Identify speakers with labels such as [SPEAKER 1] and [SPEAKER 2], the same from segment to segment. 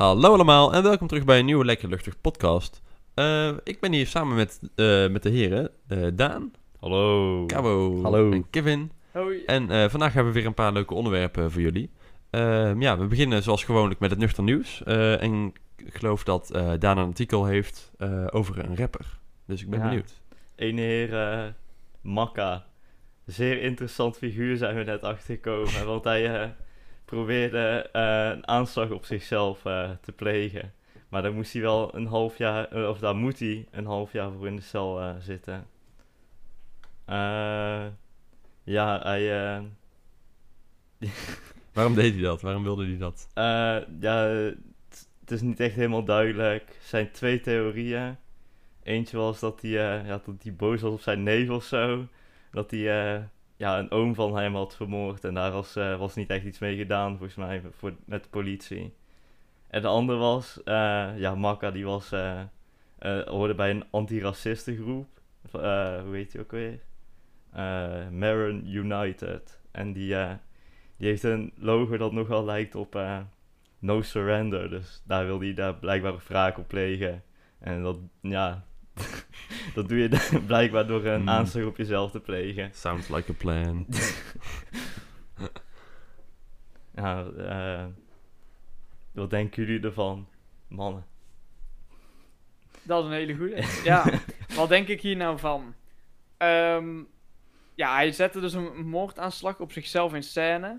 [SPEAKER 1] Hallo allemaal en welkom terug bij een nieuwe Lekker Luchtig podcast. Ik ben hier samen met de heren Daan,
[SPEAKER 2] Hallo.
[SPEAKER 1] Cabo
[SPEAKER 2] Hallo.
[SPEAKER 1] en Kevin.
[SPEAKER 3] Hoi.
[SPEAKER 1] En vandaag hebben we weer een paar leuke onderwerpen voor jullie. We beginnen zoals gewoonlijk met het nuchter nieuws. En ik geloof dat Daan een artikel heeft over een rapper. Dus ik ben benieuwd.
[SPEAKER 2] Ene heer Makka. Zeer interessant figuur zijn we net achtergekomen. Want hij probeerde een aanslag op zichzelf te plegen. Maar daar moest hij wel een half jaar, of daar moet hij een half jaar voor in de cel zitten. Hij...
[SPEAKER 1] Waarom deed hij dat? Waarom wilde hij dat?
[SPEAKER 2] Het is niet echt helemaal duidelijk. Er zijn twee theorieën. Eentje was dat hij boos was op zijn neef of zo. Dat hij een oom van hem had vermoord. En daar was niet echt iets mee gedaan, volgens mij, met de politie. En de andere was, Makka, die hoorde bij een antiracistengroep. Hoe heet die ook weer? Maron United. En die heeft een logo dat nogal lijkt op No Surrender. Dus daar wil hij daar blijkbaar wraak op plegen. En dat, dat doe je blijkbaar door een aanslag op jezelf te plegen.
[SPEAKER 1] Sounds like a plan.
[SPEAKER 2] Wat denken jullie ervan, mannen?
[SPEAKER 3] Dat is een hele goeie. Ja, wat denk ik hier nou van? Hij zette dus een moordaanslag op zichzelf in scène.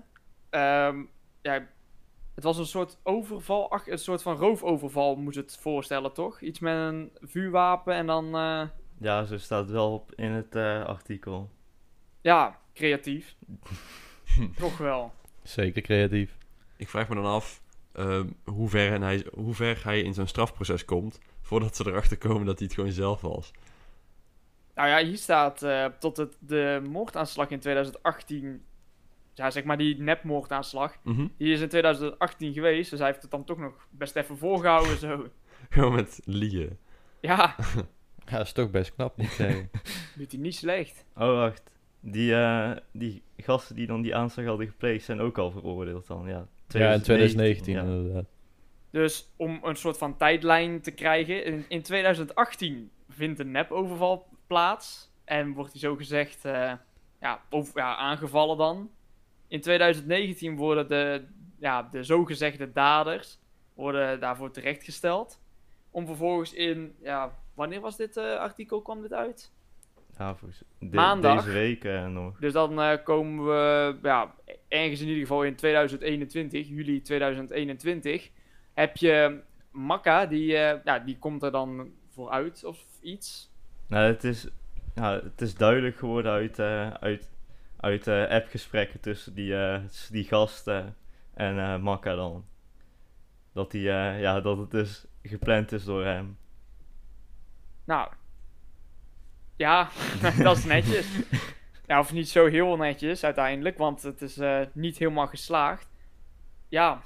[SPEAKER 3] Het was een soort overval, een soort van roofoverval moest het voorstellen, toch? Iets met een vuurwapen en dan...
[SPEAKER 2] Ja, zo staat het wel op in het artikel.
[SPEAKER 3] Ja, creatief. Toch wel.
[SPEAKER 2] Zeker creatief.
[SPEAKER 1] Ik vraag me dan af hoe ver hij in zijn strafproces komt voordat ze erachter komen dat hij het gewoon zelf was.
[SPEAKER 3] Nou ja, hier staat tot de moordaanslag in 2018... Ja, zeg maar die nepmoordaanslag. Die is in 2018 geweest, dus hij heeft het dan toch nog best even volgehouden zo.
[SPEAKER 1] Gewoon met liegen.
[SPEAKER 3] Ja.
[SPEAKER 2] Ja, dat is toch best knap, moet ik zeggen.
[SPEAKER 3] Doet hij niet slecht.
[SPEAKER 2] Oh, wacht. Die gasten die dan die aanslag hadden gepleegd zijn ook al veroordeeld dan, ja.
[SPEAKER 4] Ja, in 2019
[SPEAKER 2] ja.
[SPEAKER 4] inderdaad.
[SPEAKER 3] Dus om een soort van tijdlijn te krijgen, in 2018 vindt een nepoverval plaats. En wordt hij zogezegd aangevallen dan. In 2019 worden de zogezegde daders daarvoor terechtgesteld. Om vervolgens wanneer was dit artikel, kwam dit uit?
[SPEAKER 2] Ja, volgens
[SPEAKER 3] Maandag.
[SPEAKER 2] Deze week nog.
[SPEAKER 3] Dus dan komen we ergens in ieder geval in 2021, juli 2021, heb je Makka, die komt er dan voor uit of iets.
[SPEAKER 2] Nou, het is duidelijk geworden uit appgesprekken tussen die gasten en Makka dan. Dat het dus gepland is door hem.
[SPEAKER 3] Nou, ja, dat is netjes. Ja, of niet zo heel netjes uiteindelijk, want het is niet helemaal geslaagd. Ja.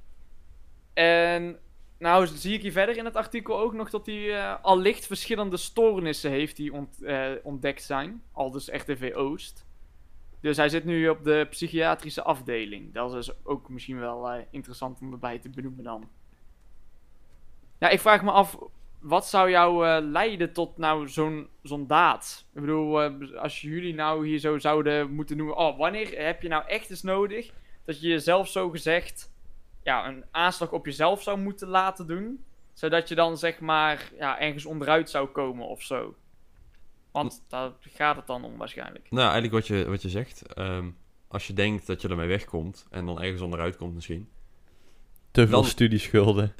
[SPEAKER 3] En nou zie ik hier verder in het artikel ook nog dat hij allicht verschillende stoornissen heeft die ontdekt zijn. Al dus RTV Oost. Dus hij zit nu op de psychiatrische afdeling. Dat is dus ook misschien wel interessant om erbij te benoemen dan. Ja, ik vraag me af, wat zou jou leiden tot nou zo'n daad? Ik bedoel, als jullie nou hier zo zouden moeten noemen... wanneer heb je nou echt eens nodig dat je jezelf zo gezegd... een aanslag op jezelf zou moeten laten doen... zodat je dan zeg maar ergens onderuit zou komen of zo? Want daar gaat het dan om waarschijnlijk.
[SPEAKER 1] Nou, eigenlijk wat je zegt. Als je denkt dat je ermee wegkomt en dan ergens onderuit komt misschien.
[SPEAKER 4] Te veel studieschulden.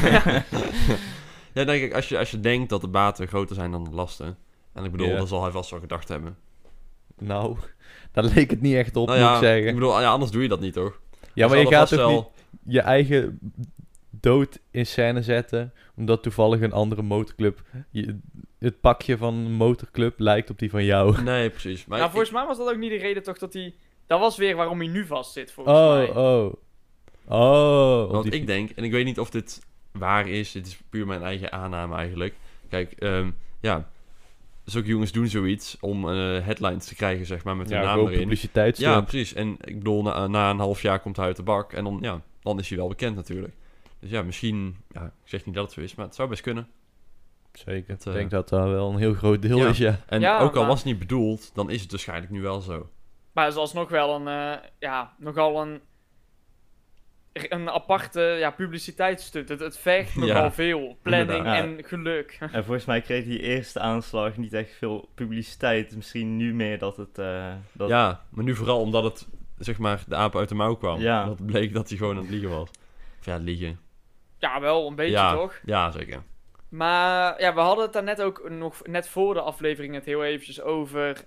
[SPEAKER 1] Ja, denk ik, als je denkt dat de baten groter zijn dan de lasten. En ik bedoel,
[SPEAKER 4] Ja.
[SPEAKER 1] dat zal hij vast wel gedacht hebben.
[SPEAKER 4] Nou, daar leek het niet echt op,
[SPEAKER 1] Nou
[SPEAKER 4] moet
[SPEAKER 1] ja,
[SPEAKER 4] ik zeggen.
[SPEAKER 1] ik bedoel, anders doe je dat niet, toch?
[SPEAKER 4] Ja, maar
[SPEAKER 1] Hij
[SPEAKER 4] je
[SPEAKER 1] zal er
[SPEAKER 4] gaat
[SPEAKER 1] vast
[SPEAKER 4] toch
[SPEAKER 1] wel-
[SPEAKER 4] niet je eigen dood in scène zetten... omdat toevallig een andere motorclub... het pakje van een motorclub lijkt op die van jou.
[SPEAKER 1] Nee, precies. Maar
[SPEAKER 3] Nou, volgens mij was dat ook niet de reden toch dat hij... Dat was weer waarom hij nu vast zit, volgens mij.
[SPEAKER 1] Wat ik denk, en ik weet niet of dit waar is, dit is puur mijn eigen aanname eigenlijk. Kijk, zulke jongens doen zoiets om headlines te krijgen, zeg maar, met hun naam
[SPEAKER 4] gewoon
[SPEAKER 1] erin.
[SPEAKER 4] publiciteitsstunt.
[SPEAKER 1] Ja, precies. En ik bedoel, na een half jaar komt hij uit de bak en dan is hij wel bekend natuurlijk. Dus ja, misschien... Ja, ik zeg niet dat het zo is, maar het zou best kunnen.
[SPEAKER 4] Zeker.
[SPEAKER 1] Het,
[SPEAKER 4] Ik denk dat dat wel een heel groot deel
[SPEAKER 1] ja.
[SPEAKER 4] is, ja.
[SPEAKER 1] En
[SPEAKER 3] Ja,
[SPEAKER 1] ook al
[SPEAKER 3] maar-
[SPEAKER 1] was het niet bedoeld, dan is het waarschijnlijk nu wel zo.
[SPEAKER 3] Maar het is alsnog wel nogal een aparte publiciteitsstunt. Het vergt nogal veel planning
[SPEAKER 2] inderdaad.
[SPEAKER 3] en geluk.
[SPEAKER 2] En volgens mij kreeg die eerste aanslag niet echt veel publiciteit. Misschien nu meer dat het...
[SPEAKER 1] Ja, maar nu vooral omdat het, zeg maar, de aap uit de mouw kwam.
[SPEAKER 2] Ja.
[SPEAKER 1] Dat bleek dat hij gewoon aan het liegen was. Of ja, liegen.
[SPEAKER 3] Ja, wel een beetje
[SPEAKER 1] ja,
[SPEAKER 3] toch?
[SPEAKER 1] Ja, zeker.
[SPEAKER 3] Maar ja, we hadden het daar net ook nog, net voor de aflevering het heel eventjes over,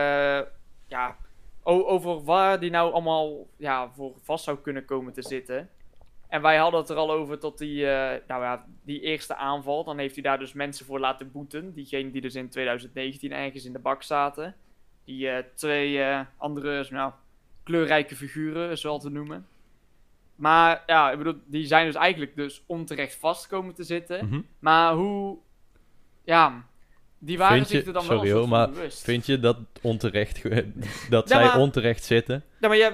[SPEAKER 3] over waar die nou allemaal voor vast zou kunnen komen te zitten. En wij hadden het er al over tot die eerste aanval. Dan heeft hij daar dus mensen voor laten boeten. Diegene die dus in 2019 ergens in de bak zaten. Die twee andere kleurrijke figuren, zo te noemen. Maar ja, ik bedoel, die zijn dus eigenlijk onterecht vast komen te zitten.
[SPEAKER 1] Mhm.
[SPEAKER 3] Maar hoe... Ja, die waren
[SPEAKER 4] Vind je-
[SPEAKER 3] zich er dan wel
[SPEAKER 4] sorry
[SPEAKER 3] een
[SPEAKER 4] hoor,
[SPEAKER 3] soort van
[SPEAKER 4] maar
[SPEAKER 3] bewust.
[SPEAKER 4] Vind je dat onterecht, dat
[SPEAKER 3] Ja,
[SPEAKER 4] zij
[SPEAKER 3] maar-
[SPEAKER 4] onterecht zitten?
[SPEAKER 3] Ja, maar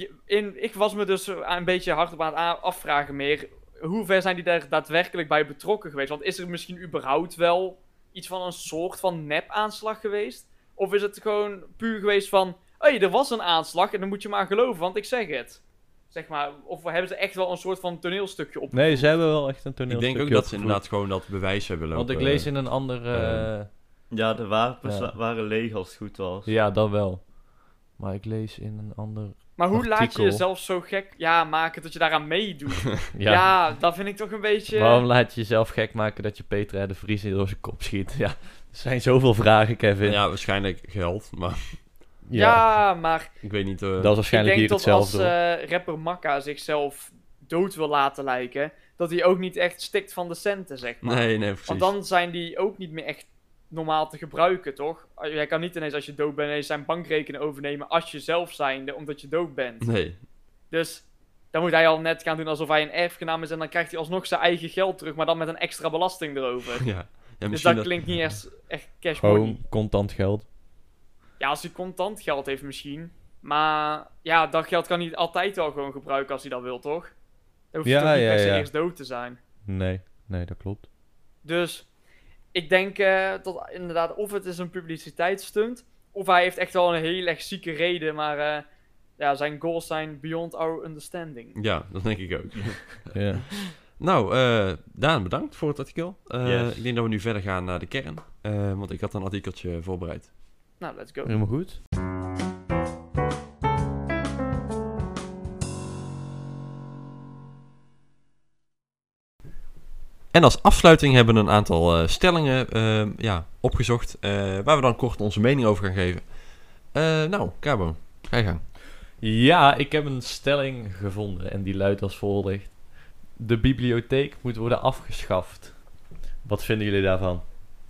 [SPEAKER 3] ik was me dus een beetje hard op aan het afvragen meer. Hoe ver zijn die daar daadwerkelijk bij betrokken geweest? Want is er misschien überhaupt wel iets van een soort van nep-aanslag geweest? Of is het gewoon puur geweest van... er was een aanslag en dan moet je maar geloven, want ik zeg het. Zeg maar, of hebben ze echt wel een soort van toneelstukje op?
[SPEAKER 4] Nee, ze hebben wel echt een
[SPEAKER 1] Ik
[SPEAKER 4] toneelstukje
[SPEAKER 1] denk ook dat ze
[SPEAKER 4] opgevoerd.
[SPEAKER 1] inderdaad gewoon dat bewijs hebben lopen.
[SPEAKER 4] Want ik lees in een ander...
[SPEAKER 2] Ja, de wapens
[SPEAKER 4] Ja.
[SPEAKER 2] waren leeg als het goed was.
[SPEAKER 4] ja, dat wel. Maar ik lees in een ander...
[SPEAKER 3] Maar hoe laat je
[SPEAKER 4] artikel.
[SPEAKER 3] jezelf zo gek maken dat je daaraan meedoet?
[SPEAKER 4] Ja.
[SPEAKER 3] Ja, dat vind ik toch een beetje...
[SPEAKER 4] Waarom laat je jezelf gek maken dat je Petra de Vries door zijn kop schiet? Ja, er zijn zoveel vragen, Kevin.
[SPEAKER 1] Ja, waarschijnlijk geld, maar
[SPEAKER 3] Ja, maar
[SPEAKER 1] ik weet niet...
[SPEAKER 4] Dat is waarschijnlijk
[SPEAKER 3] ik
[SPEAKER 4] hier
[SPEAKER 3] denk dat als
[SPEAKER 4] hetzelfde.
[SPEAKER 3] rapper Makka zichzelf dood wil laten lijken, dat hij ook niet echt stikt van de centen, zeg maar.
[SPEAKER 1] Nee, precies.
[SPEAKER 3] Want dan zijn die ook niet meer echt normaal te gebruiken, toch? Jij kan niet ineens als je dood bent ineens zijn bankrekening overnemen als je zelf zijnde, omdat je dood bent.
[SPEAKER 1] Nee.
[SPEAKER 3] Dus dan moet hij al net gaan doen alsof hij een erfgenaam is en dan krijgt hij alsnog zijn eigen geld terug, maar dan met een extra belasting erover.
[SPEAKER 1] Ja. Ja,
[SPEAKER 3] Dus
[SPEAKER 1] misschien
[SPEAKER 3] dat klinkt niet echt cash money.
[SPEAKER 4] Gewoon contant geld.
[SPEAKER 3] Ja, als hij contant geld heeft misschien. Maar ja, dat geld kan hij altijd wel gewoon gebruiken als hij dat wil, toch? Dan hoeft hij
[SPEAKER 4] Ja,
[SPEAKER 3] toch niet
[SPEAKER 4] ja,
[SPEAKER 3] per se
[SPEAKER 4] ja.
[SPEAKER 3] eerst dood te zijn.
[SPEAKER 4] Nee, dat klopt.
[SPEAKER 3] Dus ik denk dat inderdaad of het is een publiciteitsstunt, of hij heeft echt wel een heel erg zieke reden, maar zijn goals zijn beyond our understanding.
[SPEAKER 1] Ja, dat denk ik ook.
[SPEAKER 4] Ja.
[SPEAKER 1] Nou, Daan, bedankt voor het artikel.
[SPEAKER 2] Yes.
[SPEAKER 1] Ik denk dat we nu verder gaan naar de kern. Want ik had een artikeltje voorbereid.
[SPEAKER 3] Nou, let's go.
[SPEAKER 4] Helemaal goed.
[SPEAKER 1] En als afsluiting hebben we een aantal stellingen opgezocht. Waar we dan kort onze mening over gaan geven. Nou, Cabo, ga je gang.
[SPEAKER 4] Ja, ik heb een stelling gevonden en die luidt als volgt. De bibliotheek moet worden afgeschaft. Wat vinden jullie daarvan?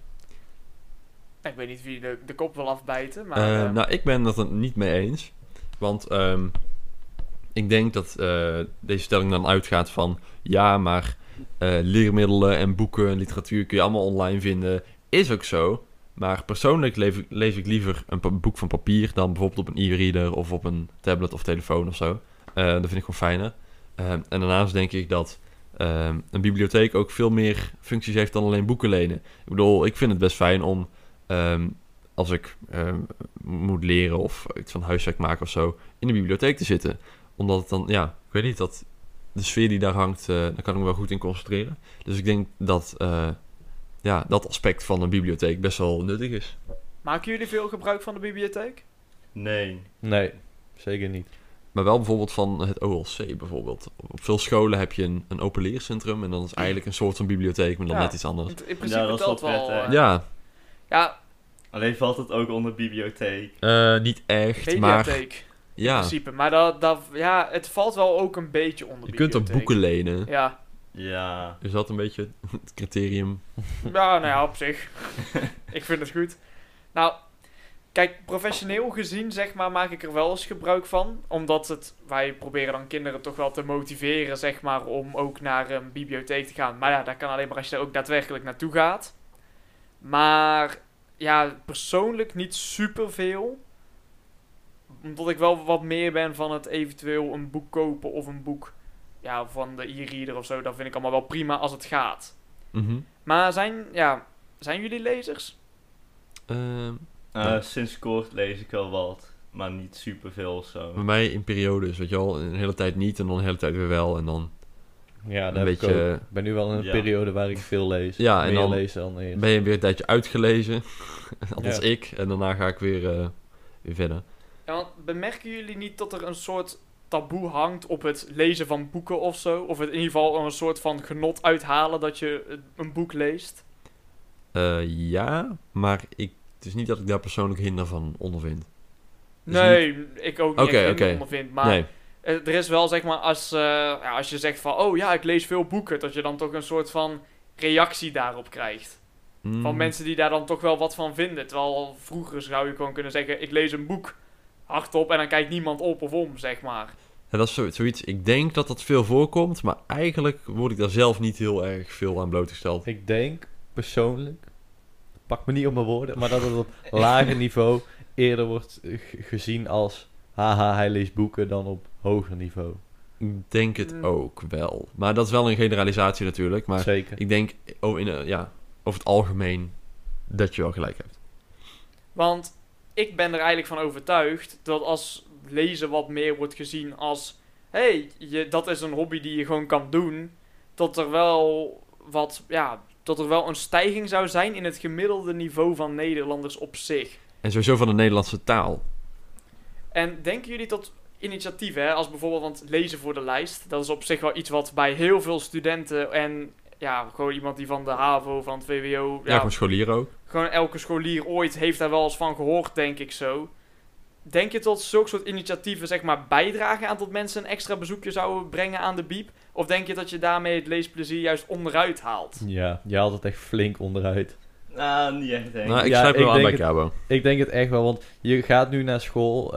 [SPEAKER 3] Ik weet niet wie de kop wil afbijten, maar...
[SPEAKER 1] Nou, ik ben het er niet mee eens. Want ik denk dat deze stelling dan uitgaat van... Ja, maar leermiddelen en boeken en literatuur kun je allemaal online vinden. Is ook zo. Maar persoonlijk lees ik liever een boek van papier... dan bijvoorbeeld op een e-reader of op een tablet of telefoon of zo. Dat vind ik gewoon fijner. En daarnaast denk ik dat een bibliotheek ook veel meer functies heeft dan alleen boeken lenen. Ik bedoel, ik vind het best fijn om... als ik moet leren of iets van huiswerk maken of zo... in de bibliotheek te zitten. Omdat het dan, ja, ik weet niet, dat de sfeer die daar hangt... daar kan ik me wel goed in concentreren. Dus ik denk dat dat aspect van een bibliotheek best wel nuttig is.
[SPEAKER 3] Maken jullie veel gebruik van de bibliotheek?
[SPEAKER 2] Nee.
[SPEAKER 4] Nee, zeker niet.
[SPEAKER 1] Maar wel bijvoorbeeld van het OLC bijvoorbeeld. Op veel scholen heb je een open leercentrum... en dat is eigenlijk een soort van bibliotheek, maar dan
[SPEAKER 3] Ja.
[SPEAKER 1] net iets anders.
[SPEAKER 3] In principe
[SPEAKER 2] Ja, dat is
[SPEAKER 3] telt
[SPEAKER 2] wel
[SPEAKER 3] wel...
[SPEAKER 2] prettig.
[SPEAKER 1] Ja,
[SPEAKER 3] Ja,
[SPEAKER 2] Alleen valt het ook onder bibliotheek.
[SPEAKER 1] niet echt, maar...
[SPEAKER 3] mediatheek. In
[SPEAKER 1] Ja,
[SPEAKER 3] principe. Maar het valt wel ook een beetje onder
[SPEAKER 1] je kunt er
[SPEAKER 3] bibliotheek.
[SPEAKER 1] boeken lenen.
[SPEAKER 3] Ja.
[SPEAKER 2] Ja.
[SPEAKER 1] Is dat een beetje het criterium?
[SPEAKER 3] Ja, nou ja, op zich. Ik vind het goed. Nou, kijk, professioneel gezien, zeg maar, maak ik er wel eens gebruik van. Omdat wij proberen dan kinderen toch wel te motiveren, zeg maar, om ook naar een bibliotheek te gaan. Maar ja, dat kan alleen maar als je er ook daadwerkelijk naartoe gaat. Maar ja, persoonlijk niet superveel. Omdat ik wel wat meer ben van het eventueel een boek kopen of een boek van de e-reader of zo, dat vind ik allemaal wel prima als het gaat.
[SPEAKER 1] Mhm.
[SPEAKER 3] Maar zijn jullie lezers?
[SPEAKER 2] Sinds kort lees ik wel wat, maar niet superveel of zo.
[SPEAKER 1] Bij mij in periodes, weet je wel. Een hele tijd niet en dan een hele tijd weer wel. En dan
[SPEAKER 4] Ja,
[SPEAKER 1] een
[SPEAKER 4] dat heb ik ook.
[SPEAKER 1] beetje...
[SPEAKER 4] Ik ben nu wel in een
[SPEAKER 2] Ja.
[SPEAKER 4] periode waar ik veel lees.
[SPEAKER 1] Ja, en
[SPEAKER 4] Meer
[SPEAKER 1] dan
[SPEAKER 4] lees dan eerst.
[SPEAKER 1] ben je weer een tijdje uitgelezen. Althans
[SPEAKER 4] Ja.
[SPEAKER 1] ik. En daarna ga ik weer verder.
[SPEAKER 3] Ja, want bemerken jullie niet dat er een soort taboe hangt op het lezen van boeken of zo? Of het in ieder geval een soort van genot uithalen dat je een boek leest?
[SPEAKER 1] Ja, maar het is niet dat ik daar persoonlijk hinder van ondervind. Dus
[SPEAKER 3] Nee, ik ook niet
[SPEAKER 1] Oké,
[SPEAKER 3] echt
[SPEAKER 1] oké.
[SPEAKER 3] ondervind. Maar
[SPEAKER 1] Nee.
[SPEAKER 3] er is wel zeg maar als je zegt van oh ja, ik lees veel boeken, dat je dan toch een soort van reactie daarop krijgt. Van
[SPEAKER 1] Mm,
[SPEAKER 3] mensen die daar dan toch wel wat van vinden. Terwijl vroeger zou je gewoon kunnen zeggen, ik lees een boek hardop en dan kijkt niemand op of om, zeg maar.
[SPEAKER 1] ja, dat is zoiets. Ik denk dat dat veel voorkomt, maar eigenlijk word ik daar zelf niet heel erg veel aan blootgesteld.
[SPEAKER 4] Ik denk persoonlijk, pak me niet op mijn woorden, maar dat het op lager niveau eerder wordt gezien als haha, hij leest boeken dan op hoger niveau.
[SPEAKER 1] Ik denk het
[SPEAKER 3] Mm.
[SPEAKER 1] ook wel. Maar dat is wel een generalisatie natuurlijk. Maar
[SPEAKER 4] Zeker.
[SPEAKER 1] ik denk over het algemeen dat je wel gelijk hebt.
[SPEAKER 3] Want ik ben er eigenlijk van overtuigd dat als lezen wat meer wordt gezien als... dat is een hobby die je gewoon kan doen. Dat er wel dat er wel een stijging zou zijn in het gemiddelde niveau van Nederlanders op zich.
[SPEAKER 1] En sowieso van de Nederlandse taal.
[SPEAKER 3] En denken jullie tot initiatieven, hè, als bijvoorbeeld, want lezen voor de lijst, dat is op zich wel iets wat bij heel veel studenten en gewoon iemand die van de HAVO, van het VWO,
[SPEAKER 1] Ja, gewoon scholieren ook.
[SPEAKER 3] gewoon elke scholier ooit heeft daar wel eens van gehoord, denk ik zo. Denk je tot zulke soort initiatieven, zeg maar, bijdragen aan dat mensen een extra bezoekje zouden brengen aan de bieb? Of denk je dat je daarmee het leesplezier juist onderuit haalt?
[SPEAKER 4] Ja, je haalt het echt flink onderuit.
[SPEAKER 2] Nou, niet echt, denk ik.
[SPEAKER 1] Nou, ik
[SPEAKER 4] Ja,
[SPEAKER 1] sluit me
[SPEAKER 4] ik
[SPEAKER 1] wel aan
[SPEAKER 4] denk
[SPEAKER 1] bij Cabo.
[SPEAKER 4] Ik denk het echt wel, want je gaat nu naar school.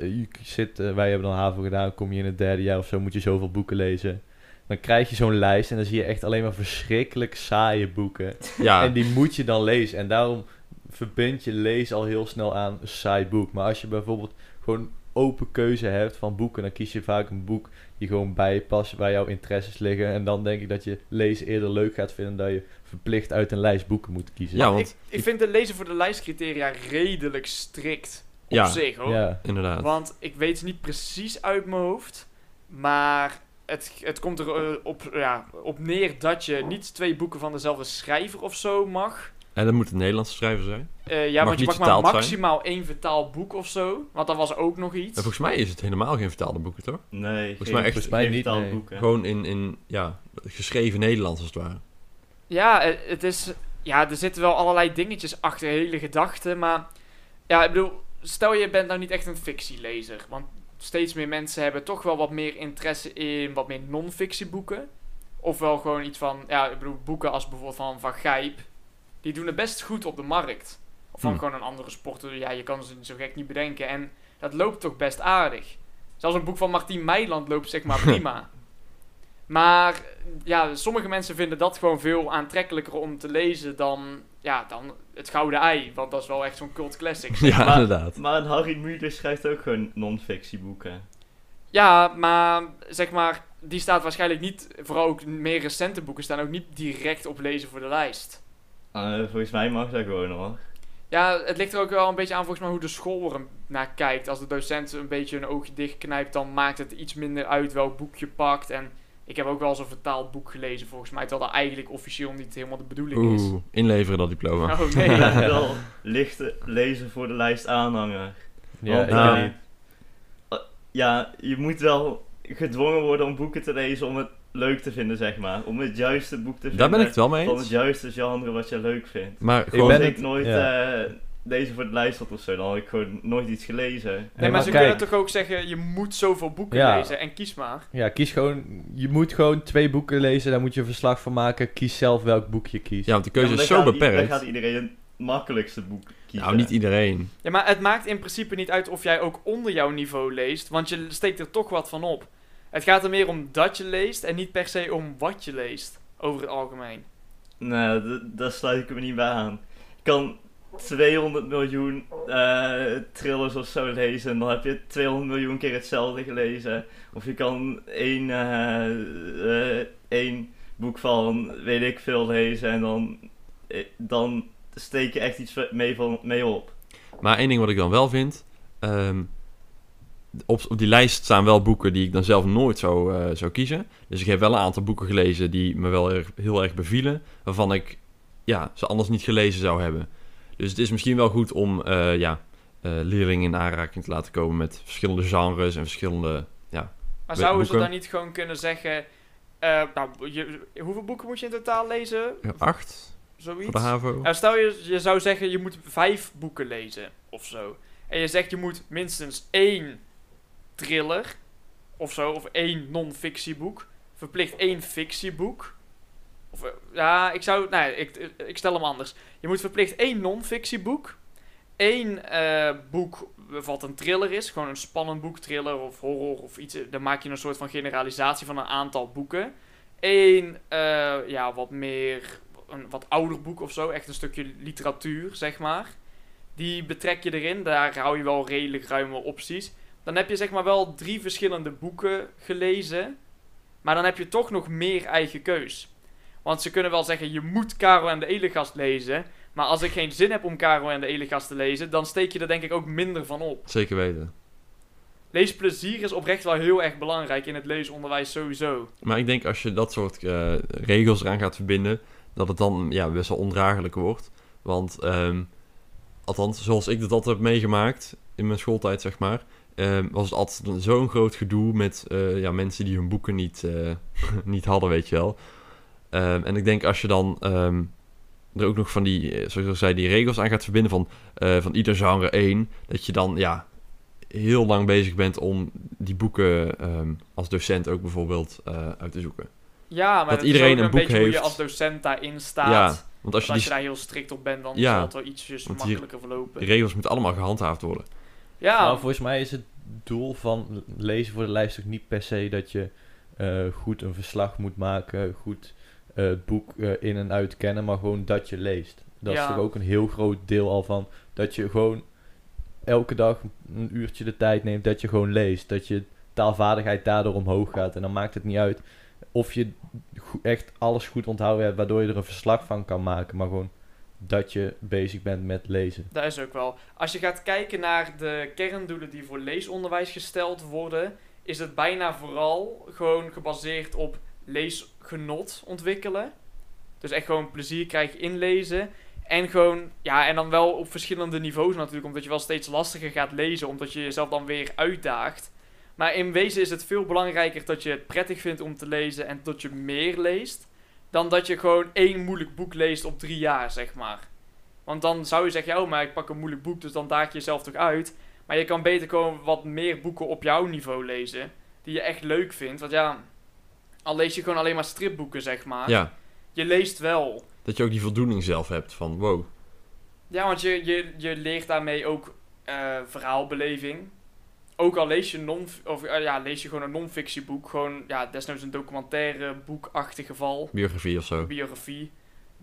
[SPEAKER 4] Wij hebben dan HAVO gedaan, kom je in het derde jaar of zo, moet je zoveel boeken lezen. Dan krijg je zo'n lijst en dan zie je echt alleen maar verschrikkelijk saaie boeken.
[SPEAKER 1] Ja,
[SPEAKER 4] En die moet je dan lezen. En daarom verbind je lezen al heel snel aan een saai boek. Maar als je bijvoorbeeld gewoon open keuze hebt van boeken, dan kies je vaak een boek die gewoon bij je past, waar jouw interesses liggen. En dan denk ik dat je lezen eerder leuk gaat vinden dan je verplicht uit een lijst boeken moet kiezen.
[SPEAKER 1] Ja, want
[SPEAKER 3] Ik vind de lezen voor de lijstcriteria redelijk strikt op
[SPEAKER 1] Ja.
[SPEAKER 3] zich, hoor.
[SPEAKER 4] Ja.
[SPEAKER 1] inderdaad.
[SPEAKER 3] Want ik weet het niet precies uit mijn hoofd. Maar het komt er op neer dat je niet 2 boeken van dezelfde schrijver of zo mag.
[SPEAKER 1] En dat moet een Nederlandse schrijver zijn.
[SPEAKER 3] Want
[SPEAKER 1] niet
[SPEAKER 3] je mag maar
[SPEAKER 1] vertaald zijn.
[SPEAKER 3] maximaal 1 vertaald boek of zo. Want dat was ook nog iets.
[SPEAKER 1] En volgens mij is het helemaal geen vertaalde boeken, toch?
[SPEAKER 2] Nee,
[SPEAKER 1] Volgens mij echt-
[SPEAKER 4] volgens mij niet,
[SPEAKER 2] vertaald
[SPEAKER 4] nee.
[SPEAKER 2] boeken.
[SPEAKER 1] Gewoon in geschreven Nederlands als het ware.
[SPEAKER 3] Ja, het is... Ja, er zitten wel allerlei dingetjes achter, hele gedachten. Maar ja, ik bedoel, stel je bent nou niet echt een fictielezer. Want steeds meer mensen hebben toch wel wat meer interesse in wat meer non-fictieboeken. Ofwel gewoon iets van, ik bedoel, boeken als bijvoorbeeld van Gijp. Die doen het best goed op de markt. Of van gewoon een andere sporter. Ja, je kan ze zo gek niet bedenken. En dat loopt toch best aardig. Zelfs een boek van Martien Meiland loopt zeg maar prima. Maar ja, sommige mensen vinden dat gewoon veel aantrekkelijker om te lezen dan het Gouden Ei. Want dat is wel echt zo'n cult classic.
[SPEAKER 1] Ja,
[SPEAKER 2] Maar-
[SPEAKER 1] inderdaad.
[SPEAKER 2] Maar een Harry Mulisch schrijft ook gewoon non-fictieboeken.
[SPEAKER 3] Ja, maar zeg maar, die staat waarschijnlijk niet, vooral ook meer recente boeken staan ook niet direct op lezen voor de lijst.
[SPEAKER 2] Volgens mij mag dat gewoon hoor.
[SPEAKER 3] Ja, het ligt er ook wel een beetje aan volgens mij hoe de school er naar kijkt. Als de docent een beetje een oogje dichtknijpt, dan maakt het iets minder uit welk boek je pakt. En ik heb ook wel eens een vertaald boek gelezen volgens mij, terwijl dat eigenlijk officieel niet helemaal de bedoeling is.
[SPEAKER 1] Inleveren dat diploma.
[SPEAKER 3] Oh
[SPEAKER 2] Ik
[SPEAKER 3] nee.
[SPEAKER 2] ben wel lichte lezen voor de lijst aanhanger.
[SPEAKER 4] Ja,
[SPEAKER 2] Want,
[SPEAKER 4] ik
[SPEAKER 1] nou,
[SPEAKER 4] weet niet.
[SPEAKER 2] Ja, je moet wel gedwongen worden om boeken te lezen om het leuk te vinden, zeg maar. Om het juiste boek te vinden.
[SPEAKER 1] Daar ben ik het wel mee
[SPEAKER 2] Van het
[SPEAKER 1] eens.
[SPEAKER 2] juiste genre wat je leuk vindt.
[SPEAKER 1] Maar
[SPEAKER 4] Ik
[SPEAKER 1] gewoon,
[SPEAKER 4] ben
[SPEAKER 2] Als
[SPEAKER 4] het-
[SPEAKER 2] ik nooit
[SPEAKER 4] ja.
[SPEAKER 2] deze voor de lijst had of zo, dan had ik gewoon nooit iets gelezen.
[SPEAKER 3] Nee,
[SPEAKER 4] maar
[SPEAKER 3] maar ze
[SPEAKER 4] kijk.
[SPEAKER 3] kunnen toch ook zeggen, je moet zoveel boeken
[SPEAKER 4] Ja.
[SPEAKER 3] lezen en kies maar.
[SPEAKER 4] Ja, kies gewoon. Je moet gewoon 2 boeken lezen, daar moet je een verslag van maken. Kies zelf welk boek je kiest.
[SPEAKER 1] ja, want de keuze
[SPEAKER 2] Ja, maar
[SPEAKER 1] is
[SPEAKER 2] dan
[SPEAKER 1] zo
[SPEAKER 2] gaat Dan
[SPEAKER 1] beperkt.
[SPEAKER 2] gaat iedereen het makkelijkste boek kiezen.
[SPEAKER 1] Nou, niet iedereen.
[SPEAKER 3] Ja, maar het maakt in principe niet uit of jij ook onder jouw niveau leest, want je steekt er toch wat van op. Het gaat er meer om dat je leest en niet per se om wat je leest, over het algemeen.
[SPEAKER 2] Nee, daar sluit ik me niet bij aan. Ik kan 200 miljoen thrillers of zo lezen. En dan heb je 200 miljoen keer hetzelfde gelezen. Of je kan één boek van weet ik veel lezen. En dan steek je echt iets mee op.
[SPEAKER 1] Maar één ding wat ik dan wel vind... op die lijst staan wel boeken die ik dan zelf nooit zou kiezen. Dus ik heb wel een aantal boeken gelezen die me wel heel erg bevielen. Waarvan ik ze anders niet gelezen zou hebben. Dus het is misschien wel goed om leerlingen in aanraking te laten komen met verschillende genres en verschillende
[SPEAKER 3] Maar zouden ze
[SPEAKER 1] boeken.
[SPEAKER 3] dan niet gewoon kunnen zeggen... hoeveel boeken moet je in totaal lezen?
[SPEAKER 1] 8
[SPEAKER 3] Zoiets?
[SPEAKER 1] voor de HAVO.
[SPEAKER 3] Nou, stel je zou zeggen je moet 5 boeken lezen of zo. En je zegt je moet minstens 1 thriller of zo, of 1 non-fictieboek. Verplicht 1 fictieboek. Of, ik stel hem anders. Je moet verplicht 1 non-fictieboek. 1 boek wat een thriller is, gewoon een spannend boek, thriller of horror of iets. Dan maak je een soort van generalisatie van een aantal boeken. 1 een wat ouder boek of zo, echt een stukje literatuur, zeg maar. Die betrek je erin, daar hou je wel redelijk ruime opties. Dan heb je zeg maar wel 3 verschillende boeken gelezen, maar dan heb je toch nog meer eigen keus. Want ze kunnen wel zeggen, je moet Karel en de Elegast lezen, maar als ik geen zin heb om Karel en de Elegast te lezen, dan steek je er denk ik ook minder van op.
[SPEAKER 1] Zeker weten.
[SPEAKER 3] Leesplezier is oprecht wel heel erg belangrijk in het leesonderwijs sowieso.
[SPEAKER 1] Maar ik denk als je dat soort regels eraan gaat verbinden, dat het dan best wel ondraaglijk wordt. Want, althans, zoals ik dat altijd heb meegemaakt in mijn schooltijd, zeg maar, was het altijd zo'n groot gedoe met mensen die hun boeken niet hadden, weet je wel. En ik denk als je dan er ook nog van die, zoals ik zei, die regels aan gaat verbinden van ieder genre 1, dat je dan heel lang bezig bent om die boeken als docent ook bijvoorbeeld uit te zoeken.
[SPEAKER 3] Ja, maar
[SPEAKER 1] dat iedereen een boek
[SPEAKER 3] beetje hoe je
[SPEAKER 1] heeft.
[SPEAKER 3] als docent daarin staat.
[SPEAKER 1] Ja, want als je
[SPEAKER 3] daar heel strikt op bent, dan
[SPEAKER 1] Ja,
[SPEAKER 3] zal het wel ietsjes
[SPEAKER 1] want
[SPEAKER 3] makkelijker verlopen.
[SPEAKER 1] die regels moeten allemaal gehandhaafd worden.
[SPEAKER 3] Ja,
[SPEAKER 4] Nou, volgens mij is het doel van lezen voor de lijst ook niet per se dat je goed een verslag moet maken, goed het boek in en uit kennen, maar gewoon dat je leest. Dat is toch ook een heel groot deel al van, dat je gewoon elke dag een uurtje de tijd neemt, dat je gewoon leest. Dat je taalvaardigheid daardoor omhoog gaat. En dan maakt het niet uit of je echt alles goed onthouden hebt, waardoor je er een verslag van kan maken, maar gewoon dat je bezig bent met lezen.
[SPEAKER 3] dat is ook wel. Als je gaat kijken naar de kerndoelen die voor leesonderwijs gesteld worden, is het bijna vooral gewoon gebaseerd op leesgenot ontwikkelen. Dus echt gewoon plezier krijgen in lezen. En gewoon, en dan wel op verschillende niveaus natuurlijk, omdat je wel steeds lastiger gaat lezen, omdat je jezelf dan weer uitdaagt. Maar in wezen is het veel belangrijker dat je het prettig vindt om te lezen en dat je meer leest, dan dat je gewoon 1 moeilijk boek leest op 3 jaar, zeg maar. Want dan zou je zeggen, maar ik pak een moeilijk boek, dus dan daag je jezelf toch uit. Maar je kan beter gewoon wat meer boeken op jouw niveau lezen, die je echt leuk vindt. Want al lees je gewoon alleen maar stripboeken, zeg maar.
[SPEAKER 1] Ja,
[SPEAKER 3] Je leest wel.
[SPEAKER 1] dat je ook die voldoening zelf hebt van wow.
[SPEAKER 3] Ja, want je leert daarmee ook verhaalbeleving. Ook al lees je lees je gewoon een non-fictieboek, gewoon desnoods een documentaire boekachtig geval,
[SPEAKER 1] Biografie of zo.
[SPEAKER 3] biografie,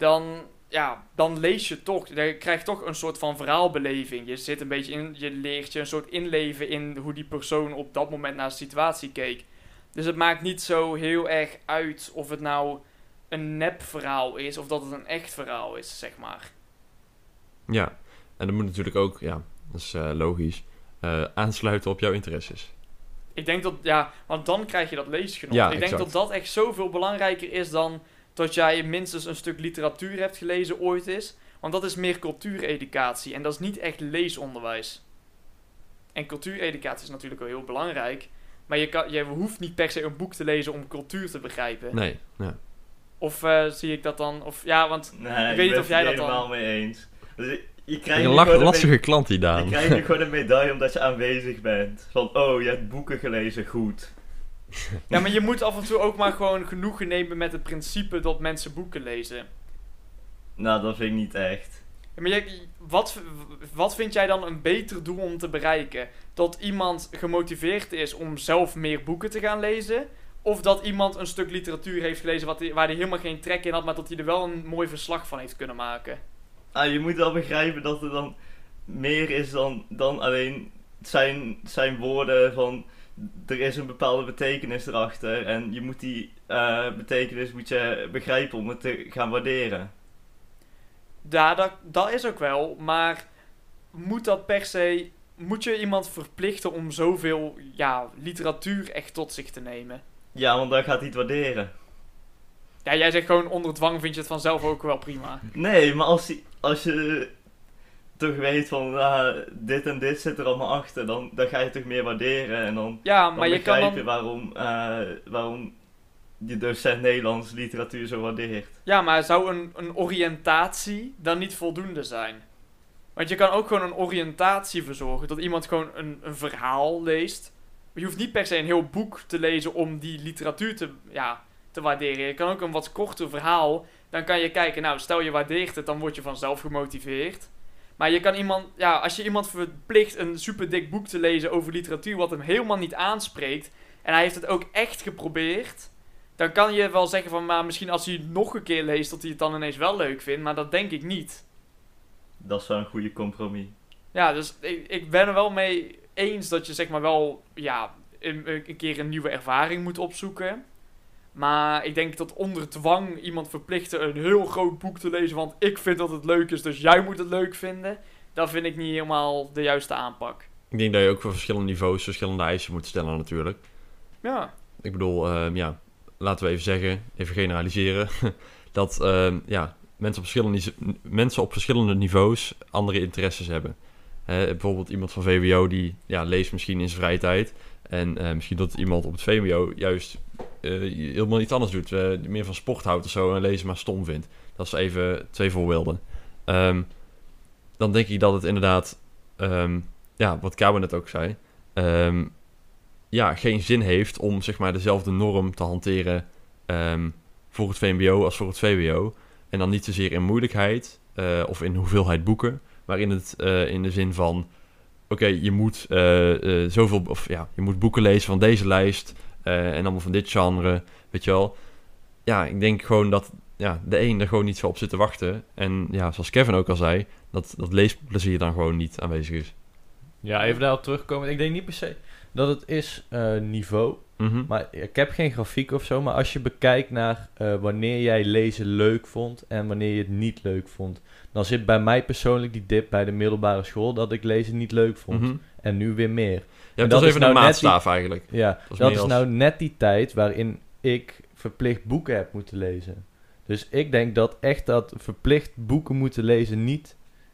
[SPEAKER 3] dan lees je toch, je krijgt toch een soort van verhaalbeleving. Je zit een beetje in, je leert je een soort inleven in hoe die persoon op dat moment naar de situatie keek. Dus het maakt niet zo heel erg uit of het nou een nep verhaal is of dat het een echt verhaal is, zeg maar.
[SPEAKER 1] Ja, en dat moet natuurlijk ook, dat is logisch, aansluiten op jouw interesses.
[SPEAKER 3] Ik denk dat, want dan krijg je dat leesgenot.
[SPEAKER 1] Ja,
[SPEAKER 3] ik denk
[SPEAKER 1] exact.
[SPEAKER 3] dat echt zoveel belangrijker is dan dat jij minstens een stuk literatuur hebt gelezen ooit is. Want dat is meer cultuureducatie en dat is niet echt leesonderwijs. En cultuureducatie is natuurlijk wel heel belangrijk, maar je hoeft niet per se een boek te lezen om cultuur te begrijpen.
[SPEAKER 1] Nee, ja.
[SPEAKER 3] Of zie ik dat dan, want
[SPEAKER 2] Nee,
[SPEAKER 3] ik weet niet of jij
[SPEAKER 2] ben
[SPEAKER 3] dat
[SPEAKER 2] het
[SPEAKER 3] dan...
[SPEAKER 2] helemaal mee eens. Dus je krijgt
[SPEAKER 1] Een
[SPEAKER 2] nu gewoon
[SPEAKER 1] lastige klant die
[SPEAKER 2] je
[SPEAKER 1] Daan.
[SPEAKER 2] krijgt nu gewoon een medaille omdat je aanwezig bent. Van, je hebt boeken gelezen, goed.
[SPEAKER 3] Ja, maar je moet af en toe ook maar gewoon genoegen nemen met het principe dat mensen boeken lezen.
[SPEAKER 2] Nou, dat vind ik niet echt.
[SPEAKER 3] Ja, maar wat vind jij dan een beter doel om te bereiken? Dat iemand gemotiveerd is om zelf meer boeken te gaan lezen? Of dat iemand een stuk literatuur heeft gelezen waar hij helemaal geen trek in had, maar dat hij er wel een mooi verslag van heeft kunnen maken?
[SPEAKER 2] je moet wel begrijpen dat er dan meer is dan alleen zijn woorden van... Er is een bepaalde betekenis erachter en je moet die betekenis moet je begrijpen om het te gaan waarderen.
[SPEAKER 3] Ja, dat is ook wel, maar moet dat per se... Moet je iemand verplichten om zoveel literatuur echt tot zich te nemen?
[SPEAKER 2] Ja, want dan gaat hij het waarderen.
[SPEAKER 3] Ja, jij zegt gewoon onder dwang vind je het vanzelf ook wel prima.
[SPEAKER 2] Nee, maar als je toch weet van dit en dit zit er allemaal achter, dan ga je toch meer waarderen en dan,
[SPEAKER 3] Ja,
[SPEAKER 2] dan
[SPEAKER 3] maar je kan
[SPEAKER 2] begrijp je
[SPEAKER 3] dan...
[SPEAKER 2] waarom je docent Nederlands literatuur zo waardeert.
[SPEAKER 3] Ja, maar zou een oriëntatie dan niet voldoende zijn? Want je kan ook gewoon een oriëntatie verzorgen. Dat iemand gewoon een verhaal leest. Maar je hoeft niet per se een heel boek te lezen om die literatuur te waarderen. Je kan ook een wat korter verhaal. Dan kan je kijken, nou stel je waardeert het, dan word je vanzelf gemotiveerd. Maar je kan als je iemand verplicht een super dik boek te lezen over literatuur wat hem helemaal niet aanspreekt. En hij heeft het ook echt geprobeerd. Dan kan je wel zeggen van, maar misschien als hij het nog een keer leest, dat hij het dan ineens wel leuk vindt. Maar dat denk ik niet.
[SPEAKER 2] Dat is wel een goede compromis.
[SPEAKER 3] Ja, dus ik ben er wel mee eens dat je zeg maar wel een keer een nieuwe ervaring moet opzoeken. Maar ik denk dat onder dwang iemand verplichten een heel groot boek te lezen, want ik vind dat het leuk is, dus jij moet het leuk vinden. Dat vind ik niet helemaal de juiste aanpak.
[SPEAKER 1] Ik denk dat je ook voor verschillende niveaus verschillende eisen moet stellen natuurlijk.
[SPEAKER 3] Ja.
[SPEAKER 1] Ik bedoel, laten we even zeggen, even generaliseren, dat mensen op verschillende niveaus andere interesses hebben. Bijvoorbeeld iemand van VWO die leest misschien in zijn vrije tijd. En misschien dat iemand op het VWO juist helemaal iets anders doet. Die meer van sport houdt of zo en lezen maar stom vindt. Dat is even 2 voorbeelden. Dan denk ik dat het inderdaad, wat Cabo net ook zei... geen zin heeft om zeg maar dezelfde norm te hanteren voor het VMBO als voor het VWO. En dan niet zozeer in moeilijkheid of in hoeveelheid boeken, maar in de zin van... Oké, je moet je moet boeken lezen van deze lijst en allemaal van dit genre, weet je wel. Ja, ik denk gewoon dat de een er gewoon niet zo op zit te wachten. En zoals Kevin ook al zei, dat leesplezier dan gewoon niet aanwezig is.
[SPEAKER 4] Ja, even daarop terugkomen. Ik denk niet per se dat het is niveau.
[SPEAKER 1] Mhm.
[SPEAKER 4] Maar ik heb geen grafiek of zo. Maar als je bekijkt naar wanneer jij lezen leuk vond en wanneer je het niet leuk vond. Dan zit bij mij persoonlijk die dip bij de middelbare school dat ik lezen niet leuk vond.
[SPEAKER 1] Mhm.
[SPEAKER 4] En nu weer meer.
[SPEAKER 1] Ja,
[SPEAKER 4] En
[SPEAKER 1] dat is even
[SPEAKER 4] nou
[SPEAKER 1] een
[SPEAKER 4] net
[SPEAKER 1] maatstaaf eigenlijk.
[SPEAKER 4] Ja,
[SPEAKER 1] is
[SPEAKER 4] dat
[SPEAKER 1] meer
[SPEAKER 4] is
[SPEAKER 1] als-
[SPEAKER 4] nou net die tijd waarin ik verplicht boeken heb moeten lezen. Dus ik denk dat echt dat verplicht boeken moeten lezen niet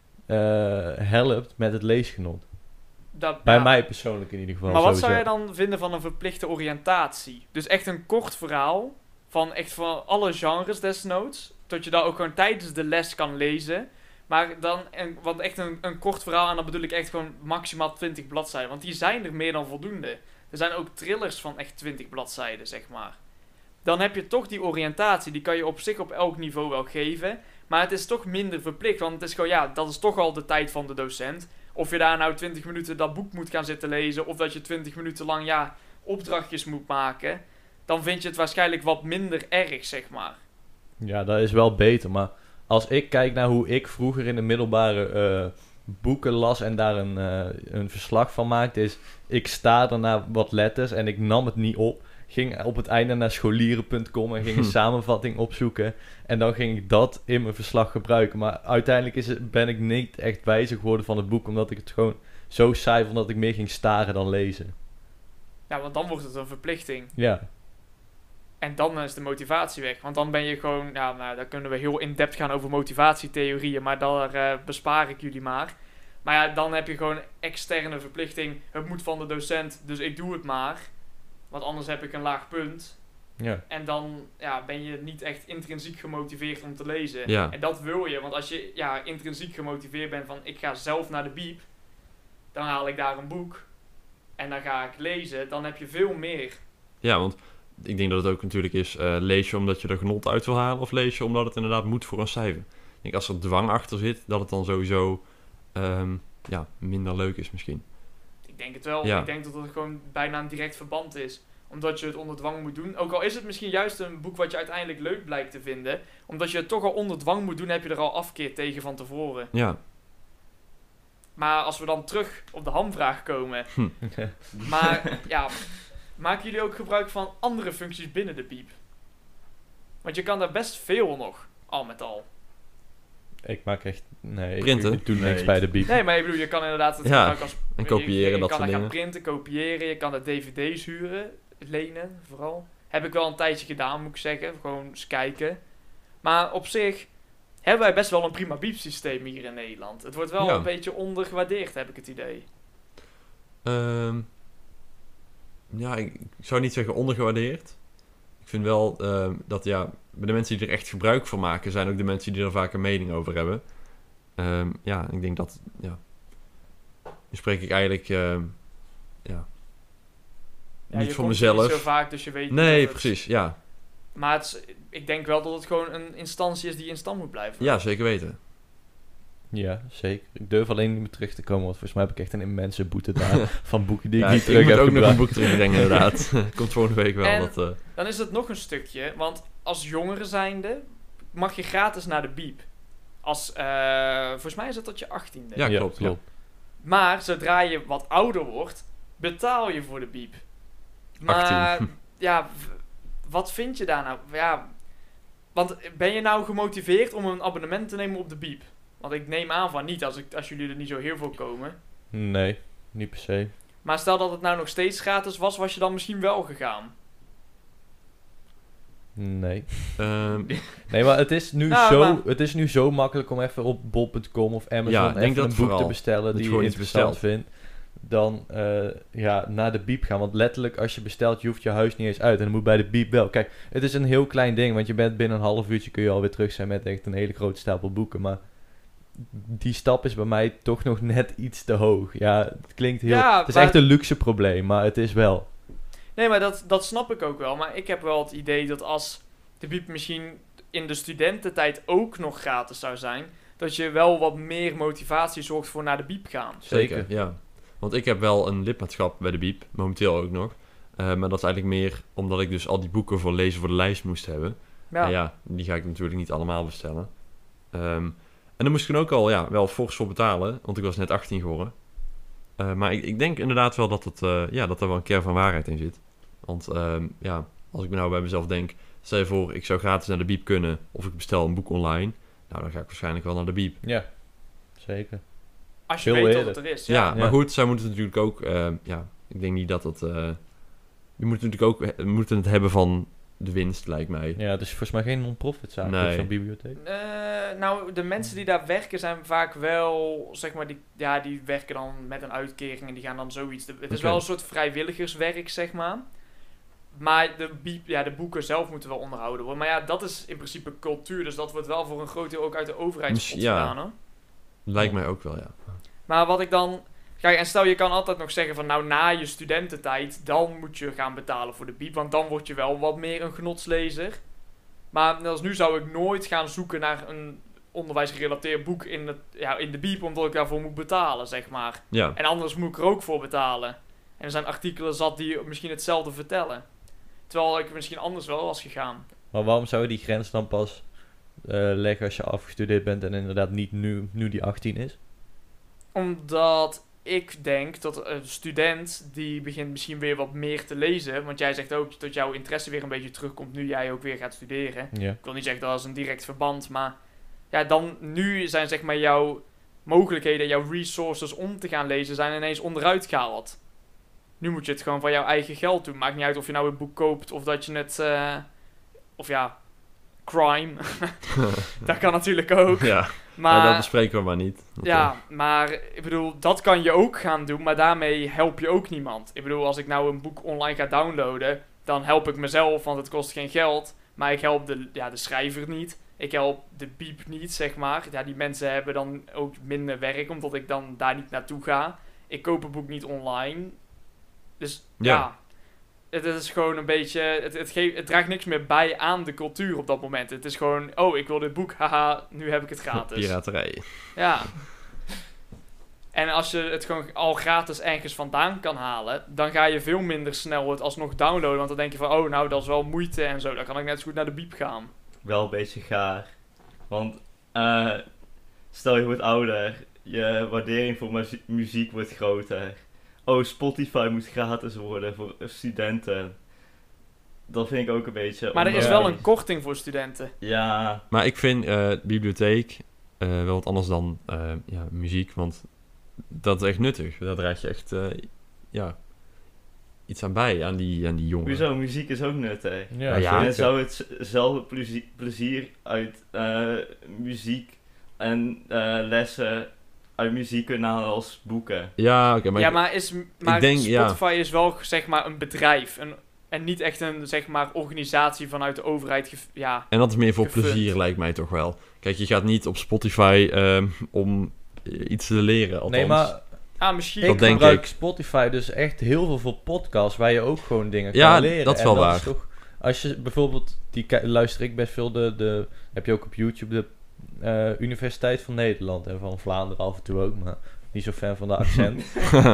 [SPEAKER 4] helpt met het leesgenot. Bij mij persoonlijk in ieder geval.
[SPEAKER 3] Maar wat
[SPEAKER 4] sowieso.
[SPEAKER 3] zou jij dan vinden van een verplichte oriëntatie? Dus echt een kort verhaal van echt van alle genres desnoods. Dat je dat ook gewoon tijdens de les kan lezen. Maar dan wat echt een kort verhaal en dan bedoel ik echt gewoon maximaal 20 bladzijden. Want die zijn er meer dan voldoende. Er zijn ook thrillers van echt 20 bladzijden, zeg maar. Dan heb je toch die oriëntatie. Die kan je op zich op elk niveau wel geven. Maar het is toch minder verplicht. Want het is gewoon, dat is toch al de tijd van de docent. Of je daar nou 20 minuten dat boek moet gaan zitten lezen. Of dat je 20 minuten lang, opdrachtjes moet maken. Dan vind je het waarschijnlijk wat minder erg, zeg maar.
[SPEAKER 4] Ja, dat is wel beter. Maar als ik kijk naar hoe ik vroeger in de middelbare boeken las en daar een verslag van maakte, is ik staarde naar wat letters en ik nam het niet op. Ging op het einde naar scholieren.com en ging een samenvatting opzoeken. En dan ging ik dat in mijn verslag gebruiken. Maar uiteindelijk ben ik niet echt wijzer geworden van het boek, omdat ik het gewoon zo saai vond dat ik meer ging staren dan lezen.
[SPEAKER 3] Ja, want dan wordt het een verplichting.
[SPEAKER 4] Ja.
[SPEAKER 3] En dan is de motivatie weg. Want dan ben je gewoon... dan kunnen we heel in-depth gaan over motivatietheorieën. Maar daar bespaar ik jullie maar. Maar dan heb je gewoon externe verplichting. Het moet van de docent, dus ik doe het maar. Want anders heb ik een laag punt.
[SPEAKER 4] Ja.
[SPEAKER 3] En dan ben je niet echt intrinsiek gemotiveerd om te lezen.
[SPEAKER 1] Ja.
[SPEAKER 3] En dat wil je. Want als je intrinsiek gemotiveerd bent van... Ik ga zelf naar de bieb. Dan haal ik daar een boek. En dan ga ik lezen. Dan heb je veel meer.
[SPEAKER 1] Ja, want ik denk dat het ook natuurlijk is, lees je omdat je er genot uit wil halen of lees je omdat het inderdaad moet voor een cijfer. Ik denk als er dwang achter zit, dat het dan sowieso minder leuk is misschien.
[SPEAKER 3] Ik denk het wel.
[SPEAKER 1] Ja.
[SPEAKER 3] Ik denk dat het gewoon bijna een direct verband is. Omdat je het onder dwang moet doen. Ook al is het misschien juist een boek wat je uiteindelijk leuk blijkt te vinden. Omdat je het toch al onder dwang moet doen, heb je er al afkeer tegen van tevoren.
[SPEAKER 1] Ja.
[SPEAKER 3] Maar als we dan terug op de hamvraag komen. Maar ja, maken jullie ook gebruik van andere functies binnen de bieb? Want je kan daar best veel nog, al met al.
[SPEAKER 4] Ik maak echt... Nee,
[SPEAKER 1] Printen?
[SPEAKER 4] ik doe
[SPEAKER 2] Nee,
[SPEAKER 4] niks bij de bieb.
[SPEAKER 3] Nee, maar ik bedoel, je kan inderdaad het
[SPEAKER 1] Ja,
[SPEAKER 3] gebruiken als...
[SPEAKER 1] en kopiëren,
[SPEAKER 3] je
[SPEAKER 1] dat
[SPEAKER 3] kan
[SPEAKER 1] soort
[SPEAKER 3] er gaan
[SPEAKER 1] dingen.
[SPEAKER 3] printen, kopiëren, je kan er dvd's huren, lenen vooral. Heb ik wel een tijdje gedaan, moet ik zeggen. Gewoon eens kijken. Maar op zich hebben wij best wel een prima biepsysteem hier in Nederland. Het wordt wel
[SPEAKER 1] Ja.
[SPEAKER 3] een beetje ondergewaardeerd, heb ik het idee.
[SPEAKER 1] Ja, ik zou niet zeggen ondergewaardeerd. Ik vind wel dat bij de mensen die er echt gebruik van maken, zijn ook de mensen die er vaak een mening over hebben. Ja, ik denk dat, nu spreek ik eigenlijk,
[SPEAKER 3] Ja,
[SPEAKER 1] niet
[SPEAKER 3] je
[SPEAKER 1] voor
[SPEAKER 3] komt
[SPEAKER 1] mezelf.
[SPEAKER 3] niet zo vaak, dus je weet niet
[SPEAKER 1] Nee,
[SPEAKER 3] of het-
[SPEAKER 1] precies, ja.
[SPEAKER 3] Maar ik denk wel dat het gewoon een instantie is die in stand moet blijven.
[SPEAKER 1] Ja, zeker weten.
[SPEAKER 4] Ja, zeker. Ik durf alleen niet meer terug te komen, want volgens mij heb ik echt een immense boete daar van boeken die ik niet
[SPEAKER 1] Ik
[SPEAKER 4] terug
[SPEAKER 1] moet
[SPEAKER 4] heb
[SPEAKER 1] ook nog een
[SPEAKER 4] gebruikt.
[SPEAKER 1] boek terugbrengen, inderdaad. Komt volgende week wel.
[SPEAKER 3] En- Dan is het nog een stukje, want als jongere zijnde mag je gratis naar de bieb. Volgens mij is het tot je 18e.
[SPEAKER 1] Ja, klopt. Ja.
[SPEAKER 3] Maar zodra je wat ouder wordt, betaal je voor de bieb. Maar
[SPEAKER 1] 18.
[SPEAKER 3] ja, wat vind je daar nou? Ja, want ben je nou gemotiveerd om een abonnement te nemen op de bieb? Want ik neem aan van niet, als jullie er niet zo heel veel komen.
[SPEAKER 4] Nee, niet per se.
[SPEAKER 3] Maar stel dat het nou nog steeds gratis was je dan misschien wel gegaan?
[SPEAKER 4] Nee.
[SPEAKER 1] Ehm,
[SPEAKER 4] Nee, maar het is nu,
[SPEAKER 3] Nou, maar-
[SPEAKER 4] het is nu zo makkelijk om even op bol.com of Amazon
[SPEAKER 1] Ja, ik denk
[SPEAKER 4] even
[SPEAKER 1] dat
[SPEAKER 4] een boek te
[SPEAKER 1] vooral.
[SPEAKER 4] bestellen
[SPEAKER 1] Dat
[SPEAKER 4] die
[SPEAKER 1] je
[SPEAKER 4] je
[SPEAKER 1] gewoon iets
[SPEAKER 4] interessant
[SPEAKER 1] bestelt.
[SPEAKER 4] vindt. Dan naar de bieb gaan. Want letterlijk, als je bestelt, je hoeft je huis niet eens uit. En dan moet bij de bieb wel. Kijk, het is een heel klein ding. Want je bent binnen een half uurtje kun je alweer terug zijn met echt een hele grote stapel boeken. Maar die stap is bij mij toch nog net iets te hoog. Ja, het klinkt heel...
[SPEAKER 3] Ja,
[SPEAKER 4] het is
[SPEAKER 3] maar-
[SPEAKER 4] echt een luxe probleem, maar het is wel.
[SPEAKER 3] Nee, maar dat snap ik ook wel. Maar ik heb wel het idee dat als de bieb misschien in de studententijd ook nog gratis zou zijn, dat je wel wat meer motivatie zorgt voor naar de bieb gaan.
[SPEAKER 1] Zeker, ja. Want ik heb wel een lidmaatschap bij de Biep, momenteel ook nog. Maar dat is eigenlijk meer omdat ik dus al die boeken voor lezen voor de lijst moest hebben.
[SPEAKER 3] Ja.
[SPEAKER 1] En ja, die ga ik natuurlijk niet allemaal bestellen. En daar moest ik dan ook al wel fors voor betalen, want ik was net 18 geworden. Maar ik denk inderdaad wel dat dat er wel een kern van waarheid in zit. Want als ik nou bij mezelf denk, stel je voor, ik zou gratis naar de Biep kunnen, of ik bestel een boek online. Nou, dan ga ik waarschijnlijk wel naar de Biep.
[SPEAKER 4] Ja, zeker.
[SPEAKER 3] Als je
[SPEAKER 4] Veel
[SPEAKER 3] weet
[SPEAKER 4] eerder.
[SPEAKER 3] dat het er is.
[SPEAKER 1] Ja,
[SPEAKER 3] Ja.
[SPEAKER 1] maar goed, zij moeten natuurlijk ook... ik denk niet dat het... je moet natuurlijk ook moeten het hebben van de winst, lijkt mij.
[SPEAKER 4] Ja, het is volgens mij geen non-profit zaak,
[SPEAKER 1] Nee.
[SPEAKER 4] zo'n bibliotheek.
[SPEAKER 3] Nou, de mensen die daar werken zijn vaak wel, zeg maar, die werken dan met een uitkering en die gaan dan zoiets. Het is
[SPEAKER 1] Oké.
[SPEAKER 3] wel een soort vrijwilligerswerk, zeg maar. Maar de boeken zelf moeten wel onderhouden worden. Maar ja, dat is in principe cultuur, dus dat wordt wel voor een groot deel ook uit de overheidspot
[SPEAKER 1] Ja.
[SPEAKER 3] gedaan, hoor.
[SPEAKER 1] Lijkt mij ook wel, ja.
[SPEAKER 3] Maar wat ik dan... Kijk, en stel je kan altijd nog zeggen van nou na je studententijd, dan moet je gaan betalen voor de bieb. Want dan word je wel wat meer een genotslezer. Maar net als nu zou ik nooit gaan zoeken naar een onderwijsgerelateerd boek in de bieb, omdat ik daarvoor moet betalen, zeg maar.
[SPEAKER 1] Ja,
[SPEAKER 3] En anders moet ik er ook voor betalen. En er zijn artikelen zat die misschien hetzelfde vertellen. Terwijl ik misschien anders wel was gegaan.
[SPEAKER 4] Maar waarom zou je die grens dan pas leggen als je afgestudeerd bent en inderdaad niet nu die 18 is?
[SPEAKER 3] Omdat ik denk dat een student die begint misschien weer wat meer te lezen. Want jij zegt ook dat jouw interesse weer een beetje terugkomt nu jij ook weer gaat studeren.
[SPEAKER 4] Ja.
[SPEAKER 3] Ik wil niet zeggen dat is een direct verband, maar ja, dan nu zijn zeg maar jouw mogelijkheden, jouw resources om te gaan lezen zijn ineens onderuit gehaald. Nu moet je het gewoon van jouw eigen geld doen. Maakt niet uit of je nou een boek koopt of dat je het, crime. Dat kan natuurlijk ook.
[SPEAKER 1] ja.
[SPEAKER 3] Maar
[SPEAKER 1] dat bespreken we maar niet. Want,
[SPEAKER 3] ja, maar ik bedoel, dat kan je ook gaan doen, maar daarmee help je ook niemand. Ik bedoel, als ik nou een boek online ga downloaden, dan help ik mezelf, want het kost geen geld. Maar ik help de schrijver niet. Ik help de bieb niet, zeg maar. Ja, die mensen hebben dan ook minder werk, omdat ik dan daar niet naartoe ga. Ik koop een boek niet online. Dus ja, het is gewoon een beetje... Het draagt niks meer bij aan de cultuur op dat moment. Het is gewoon, oh, ik wil dit boek, haha, nu heb ik het gratis.
[SPEAKER 1] Piraterij.
[SPEAKER 3] Ja. En als je het gewoon al gratis ergens vandaan kan halen, dan ga je veel minder snel het alsnog downloaden. Want dan denk je van, oh nou, dat is wel moeite en zo. Dan kan ik net zo goed naar de bieb gaan.
[SPEAKER 2] Wel een beetje gaar. Want stel je wordt ouder, je waardering voor muziek wordt groter. Oh, Spotify moet gratis worden voor studenten. Dat vind ik ook een beetje...
[SPEAKER 3] Maar er is wel een korting voor studenten.
[SPEAKER 2] Ja,
[SPEAKER 1] Maar ik vind bibliotheek wel wat anders dan muziek, want dat is echt nuttig. Daar draag je echt iets aan bij, aan die jongeren.
[SPEAKER 2] hoezo? Muziek is ook nuttig.
[SPEAKER 4] Ja,
[SPEAKER 1] Ja,
[SPEAKER 2] En
[SPEAKER 4] zeker.
[SPEAKER 2] zou hetzelfde plezier uit muziek en lessen uit muziek kunnen halen als boeken?
[SPEAKER 1] Ja, oké, maar,
[SPEAKER 3] Ja, maar
[SPEAKER 1] ik denk,
[SPEAKER 3] Spotify is wel zeg maar een bedrijf. En niet echt een zeg maar organisatie vanuit de overheid.
[SPEAKER 1] en dat is meer voor
[SPEAKER 3] gefund.
[SPEAKER 1] plezier, lijkt mij toch wel. Kijk, je gaat niet op Spotify om iets te leren, althans.
[SPEAKER 4] Nee, maar
[SPEAKER 3] Misschien.
[SPEAKER 1] Dat
[SPEAKER 4] ik
[SPEAKER 1] denk
[SPEAKER 4] gebruik
[SPEAKER 1] ik.
[SPEAKER 4] Spotify dus echt heel veel voor podcasts waar je ook gewoon dingen
[SPEAKER 1] Ja,
[SPEAKER 4] kan leren.
[SPEAKER 1] dat is
[SPEAKER 4] En
[SPEAKER 1] wel waar.
[SPEAKER 4] Is toch, als je bijvoorbeeld, luister ik best veel, heb je ook op YouTube de Universiteit van Nederland en van Vlaanderen af en toe ook, maar niet zo fan van de accent.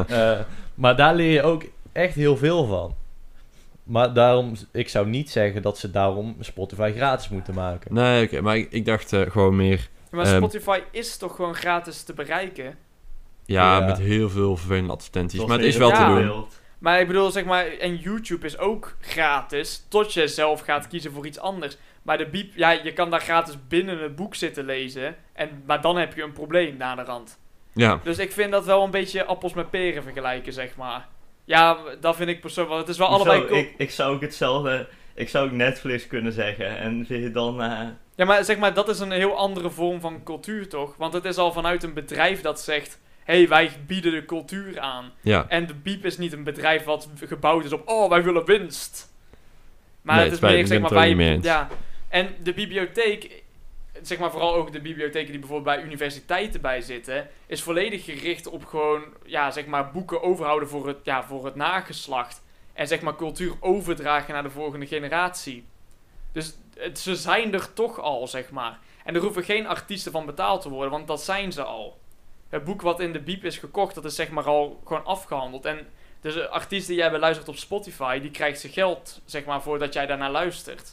[SPEAKER 4] Maar daar leer je ook echt heel veel van. Maar daarom, ik zou niet zeggen dat ze daarom Spotify gratis moeten maken.
[SPEAKER 1] Nee, oké, maar ik dacht gewoon meer...
[SPEAKER 3] Maar Spotify is toch gewoon gratis te bereiken?
[SPEAKER 1] Ja,
[SPEAKER 4] Ja.
[SPEAKER 1] met heel veel vervelende advertenties.
[SPEAKER 2] Zoals
[SPEAKER 1] Maar het is
[SPEAKER 2] weer
[SPEAKER 1] wel
[SPEAKER 3] Ja.
[SPEAKER 1] te doen.
[SPEAKER 2] beeld.
[SPEAKER 3] Maar ik bedoel, zeg maar, en YouTube is ook gratis, tot je zelf gaat kiezen voor iets anders. Maar de bieb, ja, je kan daar gratis binnen het boek zitten lezen, maar dan heb je een probleem naderhand.
[SPEAKER 1] Ja,
[SPEAKER 3] Dus ik vind dat wel een beetje appels met peren vergelijken, zeg maar. Ja, dat vind ik persoonlijk, want het is wel allebei cool.
[SPEAKER 2] Ik zou ook hetzelfde... Ik zou ook Netflix kunnen zeggen. En vind je dan...
[SPEAKER 3] Ja, maar zeg maar, dat is een heel andere vorm van cultuur, toch? Want het is al vanuit een bedrijf dat zegt... Hé, wij bieden de cultuur aan.
[SPEAKER 1] ja.
[SPEAKER 3] En de Biep is niet een bedrijf wat gebouwd is op... Oh, wij willen winst. Maar
[SPEAKER 1] Nee,
[SPEAKER 3] het is
[SPEAKER 1] spijt me,
[SPEAKER 3] meer,
[SPEAKER 1] ik
[SPEAKER 3] zeg
[SPEAKER 1] ben
[SPEAKER 3] maar,
[SPEAKER 1] het er ook niet mee eens.
[SPEAKER 3] Ja. En de bibliotheek... Zeg maar vooral ook de bibliotheken die bijvoorbeeld bij universiteiten bij zitten... Is volledig gericht op gewoon... Ja, zeg maar, boeken overhouden voor het nageslacht. En zeg maar, cultuur overdragen naar de volgende generatie. Dus ze zijn er toch al, zeg maar. En er hoeven geen artiesten van betaald te worden, want dat zijn ze al. Het boek wat in de Biep is gekocht, dat is zeg maar al gewoon afgehandeld. En dus de artiest die jij beluistert op Spotify, die krijgt zijn geld, zeg maar, voordat jij daarnaar luistert.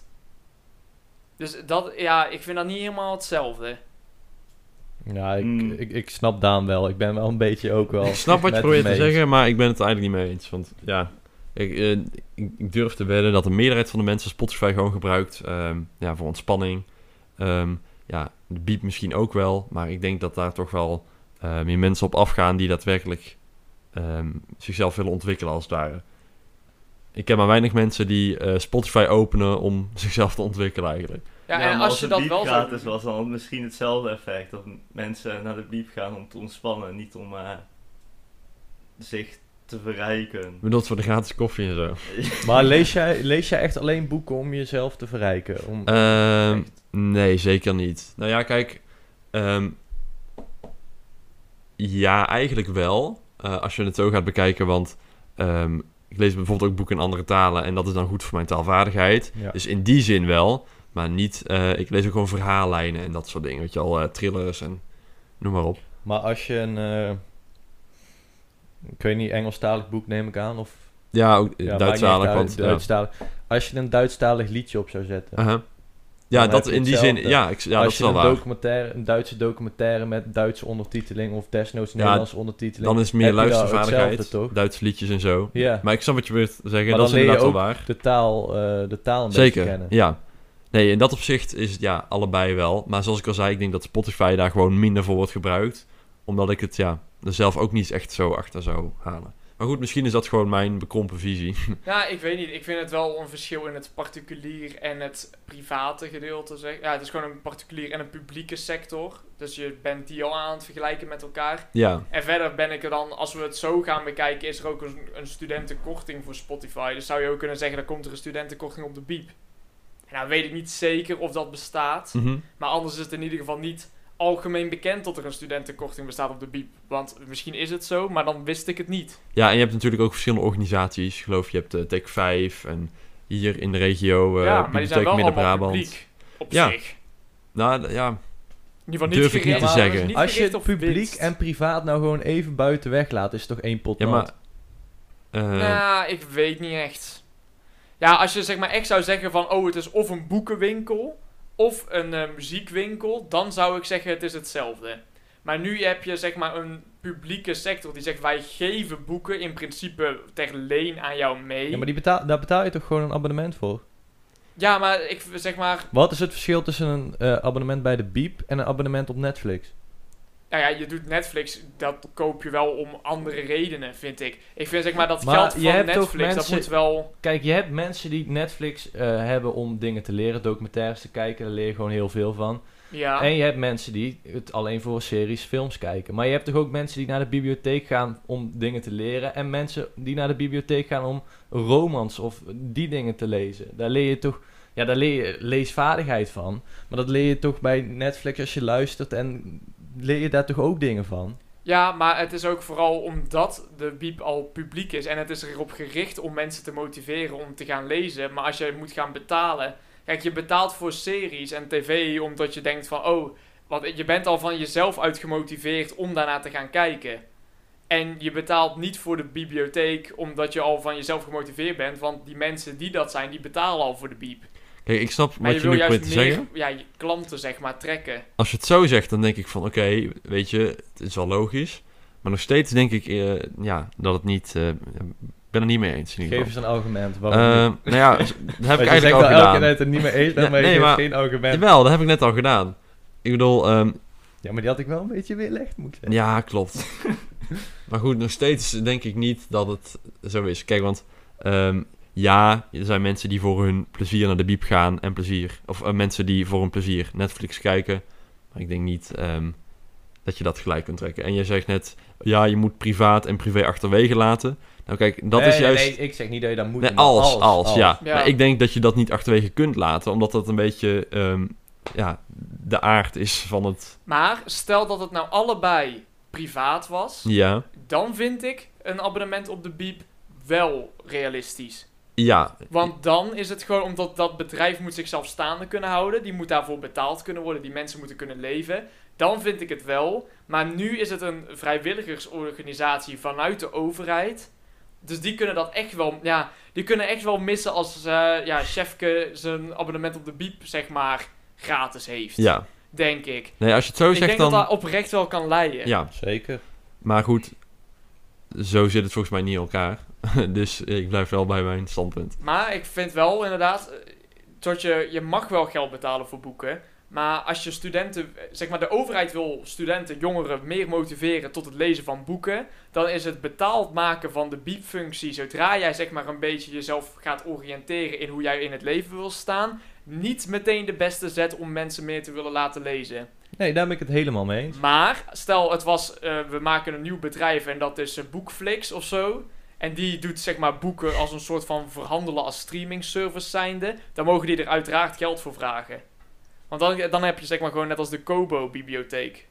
[SPEAKER 3] Dus dat, ja, ik vind dat niet helemaal hetzelfde.
[SPEAKER 4] Ja,
[SPEAKER 2] Mm.
[SPEAKER 4] ik snap Daan wel. Ik ben wel een beetje ook wel...
[SPEAKER 1] Ik snap wat je
[SPEAKER 4] met
[SPEAKER 1] probeert
[SPEAKER 4] hem
[SPEAKER 1] te
[SPEAKER 4] eens.
[SPEAKER 1] zeggen, maar ik ben het er eigenlijk niet mee eens. Want ja, ik durf te wedden dat de meerderheid van de mensen Spotify gewoon gebruikt voor ontspanning. Ja, de Beep misschien ook wel, maar ik denk dat daar toch wel meer mensen op afgaan die daadwerkelijk zichzelf willen ontwikkelen als het ware. Ik ken maar weinig mensen die Spotify openen om zichzelf te ontwikkelen eigenlijk.
[SPEAKER 3] Ja,
[SPEAKER 2] maar
[SPEAKER 3] en als je
[SPEAKER 2] de
[SPEAKER 3] dat
[SPEAKER 2] Biep
[SPEAKER 3] wel zou
[SPEAKER 2] gratis was, dan had het misschien hetzelfde effect. Dat mensen naar de biep gaan om te ontspannen, niet om zich te verrijken.
[SPEAKER 1] Ik bedoel, het voor de gratis koffie en zo.
[SPEAKER 4] Maar lees jij echt alleen boeken om jezelf te verrijken?
[SPEAKER 1] Nee, zeker niet. Nou ja, kijk. Ja, eigenlijk wel. Als je het zo gaat bekijken, want ik lees bijvoorbeeld ook boeken in andere talen en dat is dan goed voor mijn taalvaardigheid.
[SPEAKER 4] Ja.
[SPEAKER 1] Dus in die zin wel, maar niet... ik lees ook gewoon verhaallijnen en dat soort dingen, weet je al, thrillers en noem maar op.
[SPEAKER 4] Maar als je een... ik weet niet, Engelstalig boek neem ik aan? Of,
[SPEAKER 1] Ja, ook
[SPEAKER 4] ja,
[SPEAKER 1] Duitsstalig,
[SPEAKER 4] maakt niet uit,
[SPEAKER 1] want...
[SPEAKER 4] Duitsstalig. Als je een Duitsstalig liedje op zou zetten...
[SPEAKER 1] Uh-huh. Ja,
[SPEAKER 4] Dan
[SPEAKER 1] dat
[SPEAKER 4] heb je
[SPEAKER 1] in die zin...
[SPEAKER 4] hetzelfde.
[SPEAKER 1] Ja, dat
[SPEAKER 4] als
[SPEAKER 1] is
[SPEAKER 4] je
[SPEAKER 1] wel waar.
[SPEAKER 4] een Duitse documentaire met Duitse ondertiteling of desnoods
[SPEAKER 1] Ja,
[SPEAKER 4] Nederlandse ondertiteling...
[SPEAKER 1] Dan is het meer
[SPEAKER 4] heb je daar
[SPEAKER 1] luistervaardigheid,
[SPEAKER 4] hetzelfde, toch?
[SPEAKER 1] Duitse liedjes en zo.
[SPEAKER 4] Ja,
[SPEAKER 1] Maar ik snap wat je wilt zeggen,
[SPEAKER 4] Maar
[SPEAKER 1] dat is
[SPEAKER 4] dan leer je
[SPEAKER 1] inderdaad wel
[SPEAKER 4] ook
[SPEAKER 1] waar.
[SPEAKER 4] de taal een
[SPEAKER 1] Zeker,
[SPEAKER 4] beetje kennen.
[SPEAKER 1] ja. Nee, in dat opzicht is het ja, allebei wel. Maar zoals ik al zei, ik denk dat Spotify daar gewoon minder voor wordt gebruikt. Omdat ik het er zelf ook niet echt zo achter zou halen. Maar goed, misschien is dat gewoon mijn bekrompen visie.
[SPEAKER 3] Ja, ik weet niet. Ik vind het wel een verschil in het particulier en het private gedeelte. Zeg. Ja, het is gewoon een particulier en een publieke sector. Dus je bent die al aan het vergelijken met elkaar.
[SPEAKER 1] Ja,
[SPEAKER 3] En verder ben ik er dan, als we het zo gaan bekijken, is er ook een studentenkorting voor Spotify. Dus zou je ook kunnen zeggen, dan komt er een studentenkorting op de Biep. En nou weet ik niet zeker of dat bestaat.
[SPEAKER 1] mhm.
[SPEAKER 3] Maar anders is het in ieder geval niet algemeen bekend dat er een studentenkorting bestaat op de Biep. Want misschien is het zo, maar dan wist ik het niet.
[SPEAKER 1] Ja, en je hebt natuurlijk ook verschillende organisaties. Ik geloof, je hebt Tech 5 en hier in de regio
[SPEAKER 3] ja, maar die zijn
[SPEAKER 1] Bibliotheek
[SPEAKER 3] wel allemaal
[SPEAKER 1] Midden-Brabant.
[SPEAKER 3] publiek op
[SPEAKER 1] Ja.
[SPEAKER 3] zich.
[SPEAKER 1] Nou, ja,
[SPEAKER 3] In ieder geval
[SPEAKER 1] Durf
[SPEAKER 3] niet
[SPEAKER 1] ik niet
[SPEAKER 3] gericht,
[SPEAKER 1] te
[SPEAKER 3] maar
[SPEAKER 1] zeggen.
[SPEAKER 3] niet
[SPEAKER 4] Als je
[SPEAKER 3] gericht
[SPEAKER 4] het
[SPEAKER 3] op
[SPEAKER 4] publiek
[SPEAKER 3] winst.
[SPEAKER 4] en privaat nou gewoon even buiten weg laat, is het toch één pot
[SPEAKER 1] Ja,
[SPEAKER 4] nat?
[SPEAKER 1] maar...
[SPEAKER 3] Nou, ik weet niet echt. Ja, als je zeg maar echt zou zeggen van... Oh, het is of een boekenwinkel... Of een muziekwinkel... Dan zou ik zeggen het is hetzelfde. Maar nu heb je zeg maar een publieke sector... Die zegt wij geven boeken in principe ter leen aan jou mee.
[SPEAKER 4] Ja, maar daar betaal je toch gewoon een abonnement voor?
[SPEAKER 3] Ja, maar ik zeg maar...
[SPEAKER 4] Wat is het verschil tussen een abonnement bij de Biep en een abonnement op Netflix?
[SPEAKER 3] Nou ja, je doet Netflix, dat koop je wel om andere redenen, vind ik. Ik vind zeg maar dat
[SPEAKER 4] Maar
[SPEAKER 3] geld
[SPEAKER 4] je
[SPEAKER 3] van
[SPEAKER 4] hebt toch
[SPEAKER 3] Netflix, dat
[SPEAKER 4] mensen-
[SPEAKER 3] moet wel...
[SPEAKER 4] Kijk, je hebt mensen die Netflix hebben om dingen te leren, documentaires te kijken, daar leer je gewoon heel veel van.
[SPEAKER 3] Ja,
[SPEAKER 4] En je hebt mensen die het alleen voor series, films kijken. Maar je hebt toch ook mensen die naar de bibliotheek gaan om dingen te leren. En mensen die naar de bibliotheek gaan om romans of die dingen te lezen. Daar leer je toch... Ja, daar leer je leesvaardigheid van. Maar dat leer je toch bij Netflix als je luistert en leer je daar toch ook dingen van.
[SPEAKER 3] ja, maar het is ook vooral omdat de biep al publiek is. En het is erop gericht om mensen te motiveren om te gaan lezen. Maar als je moet gaan betalen... Kijk, je betaalt voor series en tv omdat je denkt van... Oh, want je bent al van jezelf uit gemotiveerd om daarna te gaan kijken. En je betaalt niet voor de bibliotheek omdat je al van jezelf gemotiveerd bent. Want die mensen die dat zijn, die betalen al voor de biep.
[SPEAKER 1] Kijk, ik snap
[SPEAKER 3] Maar
[SPEAKER 1] wat
[SPEAKER 3] je
[SPEAKER 1] je
[SPEAKER 3] wil
[SPEAKER 1] nu
[SPEAKER 3] juist
[SPEAKER 1] probeert te
[SPEAKER 3] meer
[SPEAKER 1] zeggen.
[SPEAKER 3] je klanten zeg maar trekken.
[SPEAKER 1] Als je het zo zegt, dan denk ik van... Oké, weet je, het is wel logisch. Maar nog steeds denk ik dat het niet... ik ben er niet mee eens in ieder
[SPEAKER 4] Geef
[SPEAKER 1] geval.
[SPEAKER 4] eens een argument. Waarom niet?
[SPEAKER 1] Nou ja, dat heb ik
[SPEAKER 4] Want je
[SPEAKER 1] eigenlijk
[SPEAKER 4] zegt
[SPEAKER 1] al
[SPEAKER 4] wel elke
[SPEAKER 1] gedaan.
[SPEAKER 4] keer dat je het niet meer eens bent,
[SPEAKER 1] Ja,
[SPEAKER 4] maar je
[SPEAKER 1] nee,
[SPEAKER 4] geeft
[SPEAKER 1] maar-
[SPEAKER 4] geen argument.
[SPEAKER 1] Jawel, dat heb ik net al gedaan. Ik bedoel,
[SPEAKER 4] Ja, maar die had ik wel een beetje weerlegd, moet ik zeggen.
[SPEAKER 1] ja, klopt. Maar goed, nog steeds denk ik niet dat het zo is. Kijk, want ja, er zijn mensen die voor hun plezier naar de biep gaan en plezier... Of mensen die voor hun plezier Netflix kijken. Maar ik denk niet dat je dat gelijk kunt trekken. En jij zegt net, ja, je moet privaat en privé achterwege laten. Nou kijk, dat is juist...
[SPEAKER 4] Nee, ik zeg niet dat je dat moet
[SPEAKER 1] Nee,
[SPEAKER 4] doen, maar
[SPEAKER 1] als, ja.
[SPEAKER 3] Ja.
[SPEAKER 1] Maar ik denk dat je dat niet achterwege kunt laten, omdat dat een beetje de aard is van het...
[SPEAKER 3] Maar stel dat het nou allebei privaat was,
[SPEAKER 1] Ja,
[SPEAKER 3] dan vind ik een abonnement op de biep wel realistisch.
[SPEAKER 1] ja,
[SPEAKER 3] Want dan is het gewoon omdat dat bedrijf moet zichzelf staande kunnen houden. Die moet daarvoor betaald kunnen worden. Die mensen moeten kunnen leven. Dan vind ik het wel. Maar nu is het een vrijwilligersorganisatie vanuit de overheid. Dus die kunnen dat echt wel... Ja, die kunnen echt wel missen als Chefke zijn abonnement op de biep, zeg maar, gratis heeft.
[SPEAKER 1] ja.
[SPEAKER 3] Denk ik.
[SPEAKER 1] Nee, als je het zo
[SPEAKER 3] Ik
[SPEAKER 1] zegt
[SPEAKER 3] denk
[SPEAKER 1] dan...
[SPEAKER 3] dat dat oprecht wel kan leiden.
[SPEAKER 1] Ja,
[SPEAKER 4] Zeker.
[SPEAKER 1] maar goed, zo zit het volgens mij niet in elkaar. Dus ik blijf wel bij mijn standpunt.
[SPEAKER 3] Maar ik vind wel inderdaad, dat je mag wel geld betalen voor boeken. Maar als je studenten, zeg maar de overheid wil studenten, jongeren meer motiveren tot het lezen van boeken. Dan is het betaald maken van de biepfunctie, zodra jij zeg maar een beetje jezelf gaat oriënteren in hoe jij in het leven wil staan. Niet meteen de beste zet om mensen meer te willen laten lezen.
[SPEAKER 4] Nee, daar ben ik het helemaal mee eens.
[SPEAKER 3] Maar stel het was, we maken een nieuw bedrijf en dat is Boekflix of zo. En die doet zeg maar boeken als een soort van verhandelen als streaming service zijnde. Dan mogen die er uiteraard geld voor vragen. Want dan heb je zeg maar gewoon net als de Kobo bibliotheek.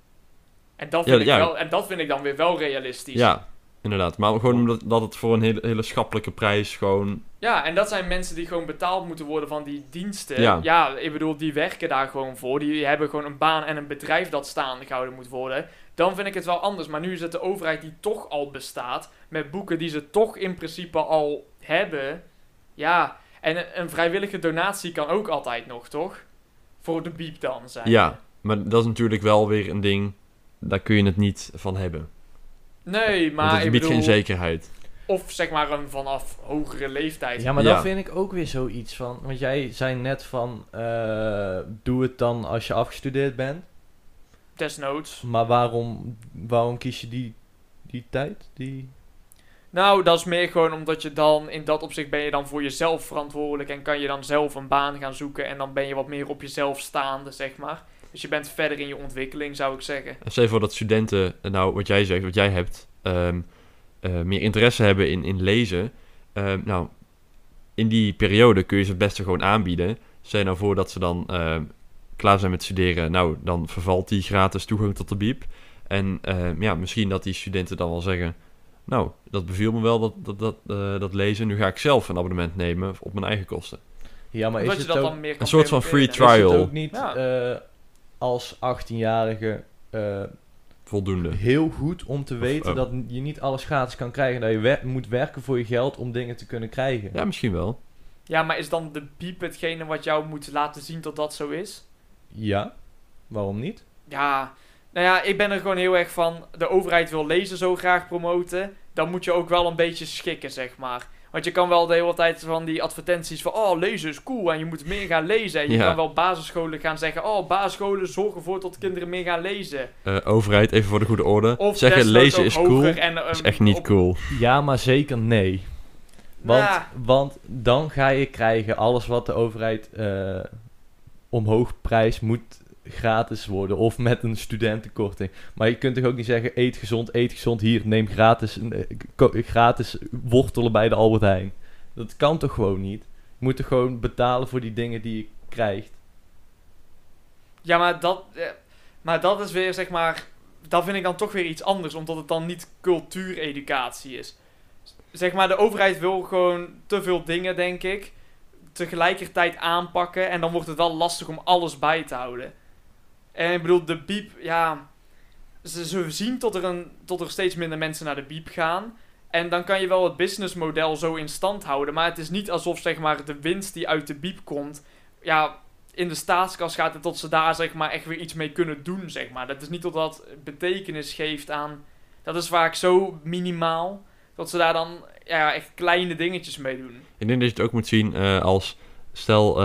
[SPEAKER 3] En dat vind, dat vind ik dan weer wel realistisch.
[SPEAKER 1] Ja, inderdaad. Maar gewoon omdat dat het voor een hele schappelijke prijs gewoon...
[SPEAKER 3] Ja, en dat zijn mensen die gewoon betaald moeten worden van die diensten.
[SPEAKER 1] Ja.
[SPEAKER 3] Ja, ik bedoel, die werken daar gewoon voor. Die hebben gewoon een baan en een bedrijf dat staande gehouden moet worden. Dan vind ik het wel anders. Maar nu is het de overheid die toch al bestaat. Met boeken die ze toch in principe al hebben. Ja, en een vrijwillige donatie kan ook altijd nog, toch? Voor de biep dan zijn.
[SPEAKER 1] Ja, maar dat is natuurlijk wel weer een ding... Daar kun je het niet van hebben.
[SPEAKER 3] Nee, maar
[SPEAKER 1] Want het
[SPEAKER 3] ik
[SPEAKER 1] biedt
[SPEAKER 3] bedoel...
[SPEAKER 1] geen zekerheid.
[SPEAKER 3] Of zeg maar een vanaf hogere leeftijd.
[SPEAKER 4] Ja, maar
[SPEAKER 1] Ja.
[SPEAKER 4] dat vind ik ook weer zoiets van... Want jij zei net van... doe het dan als je afgestudeerd bent.
[SPEAKER 3] Desnoods.
[SPEAKER 4] Maar waarom kies je die tijd?
[SPEAKER 3] Nou, dat is meer gewoon omdat je dan... In dat opzicht ben je dan voor jezelf verantwoordelijk. En kan je dan zelf een baan gaan zoeken. En dan ben je wat meer op jezelf staande, zeg maar. Dus je bent verder in je ontwikkeling, zou ik zeggen.
[SPEAKER 1] Stel je voor dat studenten, nou wat jij zegt, wat jij hebt... meer interesse hebben in lezen. Nou, in die periode kun je ze het beste gewoon aanbieden. Stel je nou voor dat ze dan klaar zijn met studeren. Nou, dan vervalt die gratis toegang tot de biep. En misschien dat die studenten dan wel zeggen... Nou, dat beviel me wel, dat lezen. Nu ga ik zelf een abonnement nemen op mijn eigen kosten.
[SPEAKER 4] Ja, maar
[SPEAKER 3] Omdat
[SPEAKER 4] is
[SPEAKER 3] je
[SPEAKER 4] het
[SPEAKER 3] dat
[SPEAKER 4] ook...
[SPEAKER 3] dan meer kan
[SPEAKER 1] een soort van free
[SPEAKER 3] permitteren.
[SPEAKER 1] trial.
[SPEAKER 4] Is het ook niet...
[SPEAKER 3] Ja.
[SPEAKER 4] als 18-jarige
[SPEAKER 1] Voldoende.
[SPEAKER 4] heel goed om te weten
[SPEAKER 1] oh.
[SPEAKER 4] dat je niet alles gratis kan krijgen. Dat je moet werken voor je geld om dingen te kunnen krijgen.
[SPEAKER 1] Ja, misschien wel.
[SPEAKER 3] Ja, maar is dan de biep hetgene wat jou moet laten zien dat dat zo is?
[SPEAKER 4] Ja, waarom niet?
[SPEAKER 3] Ja, nou ja, ik ben er gewoon heel erg van, de overheid wil lezen zo graag promoten, dan moet je ook wel een beetje schikken, zeg maar. Want je kan wel de hele tijd van die advertenties van, oh, lezen is cool en je moet meer gaan lezen. En je
[SPEAKER 1] Ja.
[SPEAKER 3] kan wel basisscholen gaan zeggen, oh, basisscholen zorgen ervoor dat kinderen meer gaan lezen.
[SPEAKER 1] Overheid, even voor de goede orde.
[SPEAKER 3] Of
[SPEAKER 1] Zeggen
[SPEAKER 3] desnoods
[SPEAKER 1] lezen
[SPEAKER 3] ook
[SPEAKER 1] is
[SPEAKER 3] hoger
[SPEAKER 1] cool,
[SPEAKER 3] en,
[SPEAKER 1] is echt niet cool.
[SPEAKER 4] Ja, maar zeker nee.
[SPEAKER 3] Nou,
[SPEAKER 4] Want dan ga je krijgen, alles wat de overheid omhoog prijst moet gratis worden. Of met een studentenkorting. Maar je kunt toch ook niet zeggen, eet gezond, hier, neem gratis wortelen bij de Albert Heijn. Dat kan toch gewoon niet? Je moet toch gewoon betalen voor die dingen die je krijgt.
[SPEAKER 3] ja, maar dat is weer, zeg maar, dat vind ik dan toch weer iets anders, omdat het dan niet cultuureducatie is. Zeg maar, de overheid wil gewoon te veel dingen, denk ik, tegelijkertijd aanpakken en dan wordt het wel lastig om alles bij te houden. En ik bedoel, de biep, ja, ze zien tot er steeds minder mensen naar de biep gaan. En dan kan je wel het businessmodel zo in stand houden. Maar het is niet alsof, zeg maar, de winst die uit de biep komt, ja, in de staatskas gaat en tot ze daar, zeg maar, echt weer iets mee kunnen doen, zeg maar. Dat is niet dat dat betekenis geeft aan, dat is vaak zo minimaal, dat ze daar dan, ja, echt kleine dingetjes mee doen.
[SPEAKER 1] Ik denk dat je het ook moet zien als... Stel,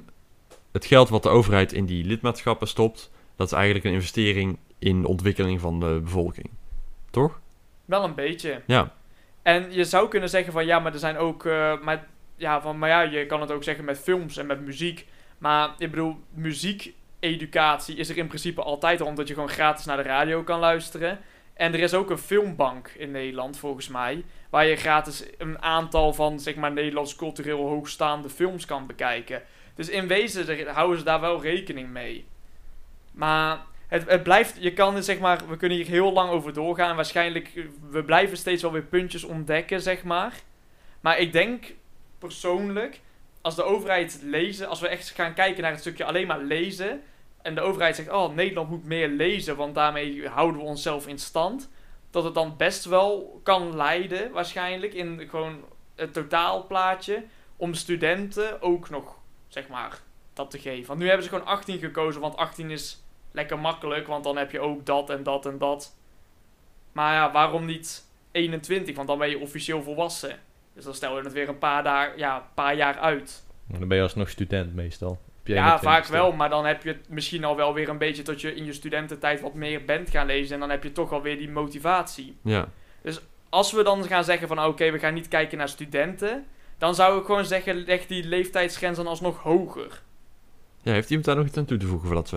[SPEAKER 1] het geld wat de overheid in die lidmaatschappen stopt... dat is eigenlijk een investering in de ontwikkeling van de bevolking. Toch?
[SPEAKER 3] Wel een beetje.
[SPEAKER 1] Ja.
[SPEAKER 3] En je zou kunnen zeggen van, ja, maar er zijn ook, maar ja, je kan het ook zeggen met films en met muziek. Maar ik bedoel, muziekeducatie is er in principe altijd al, omdat je gewoon gratis naar de radio kan luisteren. En er is ook een filmbank in Nederland, volgens mij, waar je gratis een aantal van, zeg maar, Nederlands cultureel hoogstaande films kan bekijken. Dus in wezen houden ze daar wel rekening mee. Maar het blijft, je kan, zeg maar, we kunnen hier heel lang over doorgaan. Waarschijnlijk, we blijven steeds wel weer puntjes ontdekken, zeg maar. Maar ik denk persoonlijk, als de overheid lezen, als we echt gaan kijken naar het stukje alleen maar lezen, en de overheid zegt, oh, Nederland moet meer lezen, want daarmee houden we onszelf in stand, dat het dan best wel kan leiden, waarschijnlijk, in gewoon het totaalplaatje, om studenten ook nog, zeg maar, dat te geven. Want nu hebben ze gewoon 18 gekozen, want 18 is lekker makkelijk, want dan heb je ook dat en dat en dat. Maar ja, waarom niet 21? Want dan ben je officieel volwassen. Dus dan stel je het weer een paar jaar uit.
[SPEAKER 4] Dan ben je alsnog student meestal. Op je
[SPEAKER 3] Ja,
[SPEAKER 4] 21ste.
[SPEAKER 3] vaak wel, maar dan heb je het misschien al wel weer een beetje tot je in je studententijd wat meer bent gaan lezen. En dan heb je toch alweer die motivatie.
[SPEAKER 1] Ja.
[SPEAKER 3] Als we dan gaan zeggen van oké, we gaan niet kijken naar studenten, dan zou ik gewoon zeggen, leg die leeftijdsgrens dan alsnog hoger.
[SPEAKER 1] Ja, heeft iemand daar nog iets aan toe te voegen voordat we...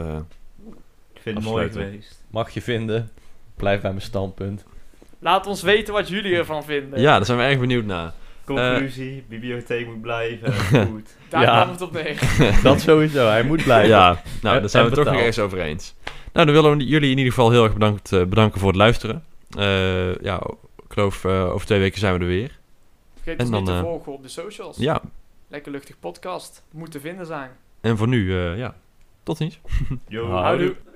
[SPEAKER 2] Ik vind het mooi
[SPEAKER 1] Afsluiten.
[SPEAKER 2] geweest.
[SPEAKER 4] Mag je vinden. Blijf bij mijn standpunt.
[SPEAKER 3] Laat ons weten wat jullie ervan vinden.
[SPEAKER 1] Ja, daar zijn we erg benieuwd naar.
[SPEAKER 2] Conclusie, bibliotheek moet blijven. Goed.
[SPEAKER 3] Daar
[SPEAKER 4] Ja.
[SPEAKER 3] kwam het op neer.
[SPEAKER 4] Dat sowieso. Hij moet blijven.
[SPEAKER 1] Ja, nou, daar zijn we
[SPEAKER 4] En
[SPEAKER 1] het toch nog
[SPEAKER 4] betaal.
[SPEAKER 1] ergens over eens. Nou, dan willen we jullie in ieder geval heel erg bedanken voor het luisteren. Ja, ik geloof over 2 weken zijn we er weer.
[SPEAKER 3] Vergeet
[SPEAKER 1] En
[SPEAKER 3] ons niet
[SPEAKER 1] dan,
[SPEAKER 3] te volgen op de socials.
[SPEAKER 1] Ja,
[SPEAKER 3] Lekker luchtig podcast. Moet te vinden zijn.
[SPEAKER 1] en voor nu, ja, tot ziens.
[SPEAKER 2] Yo.
[SPEAKER 4] Houdoe.
[SPEAKER 3] Houdoe.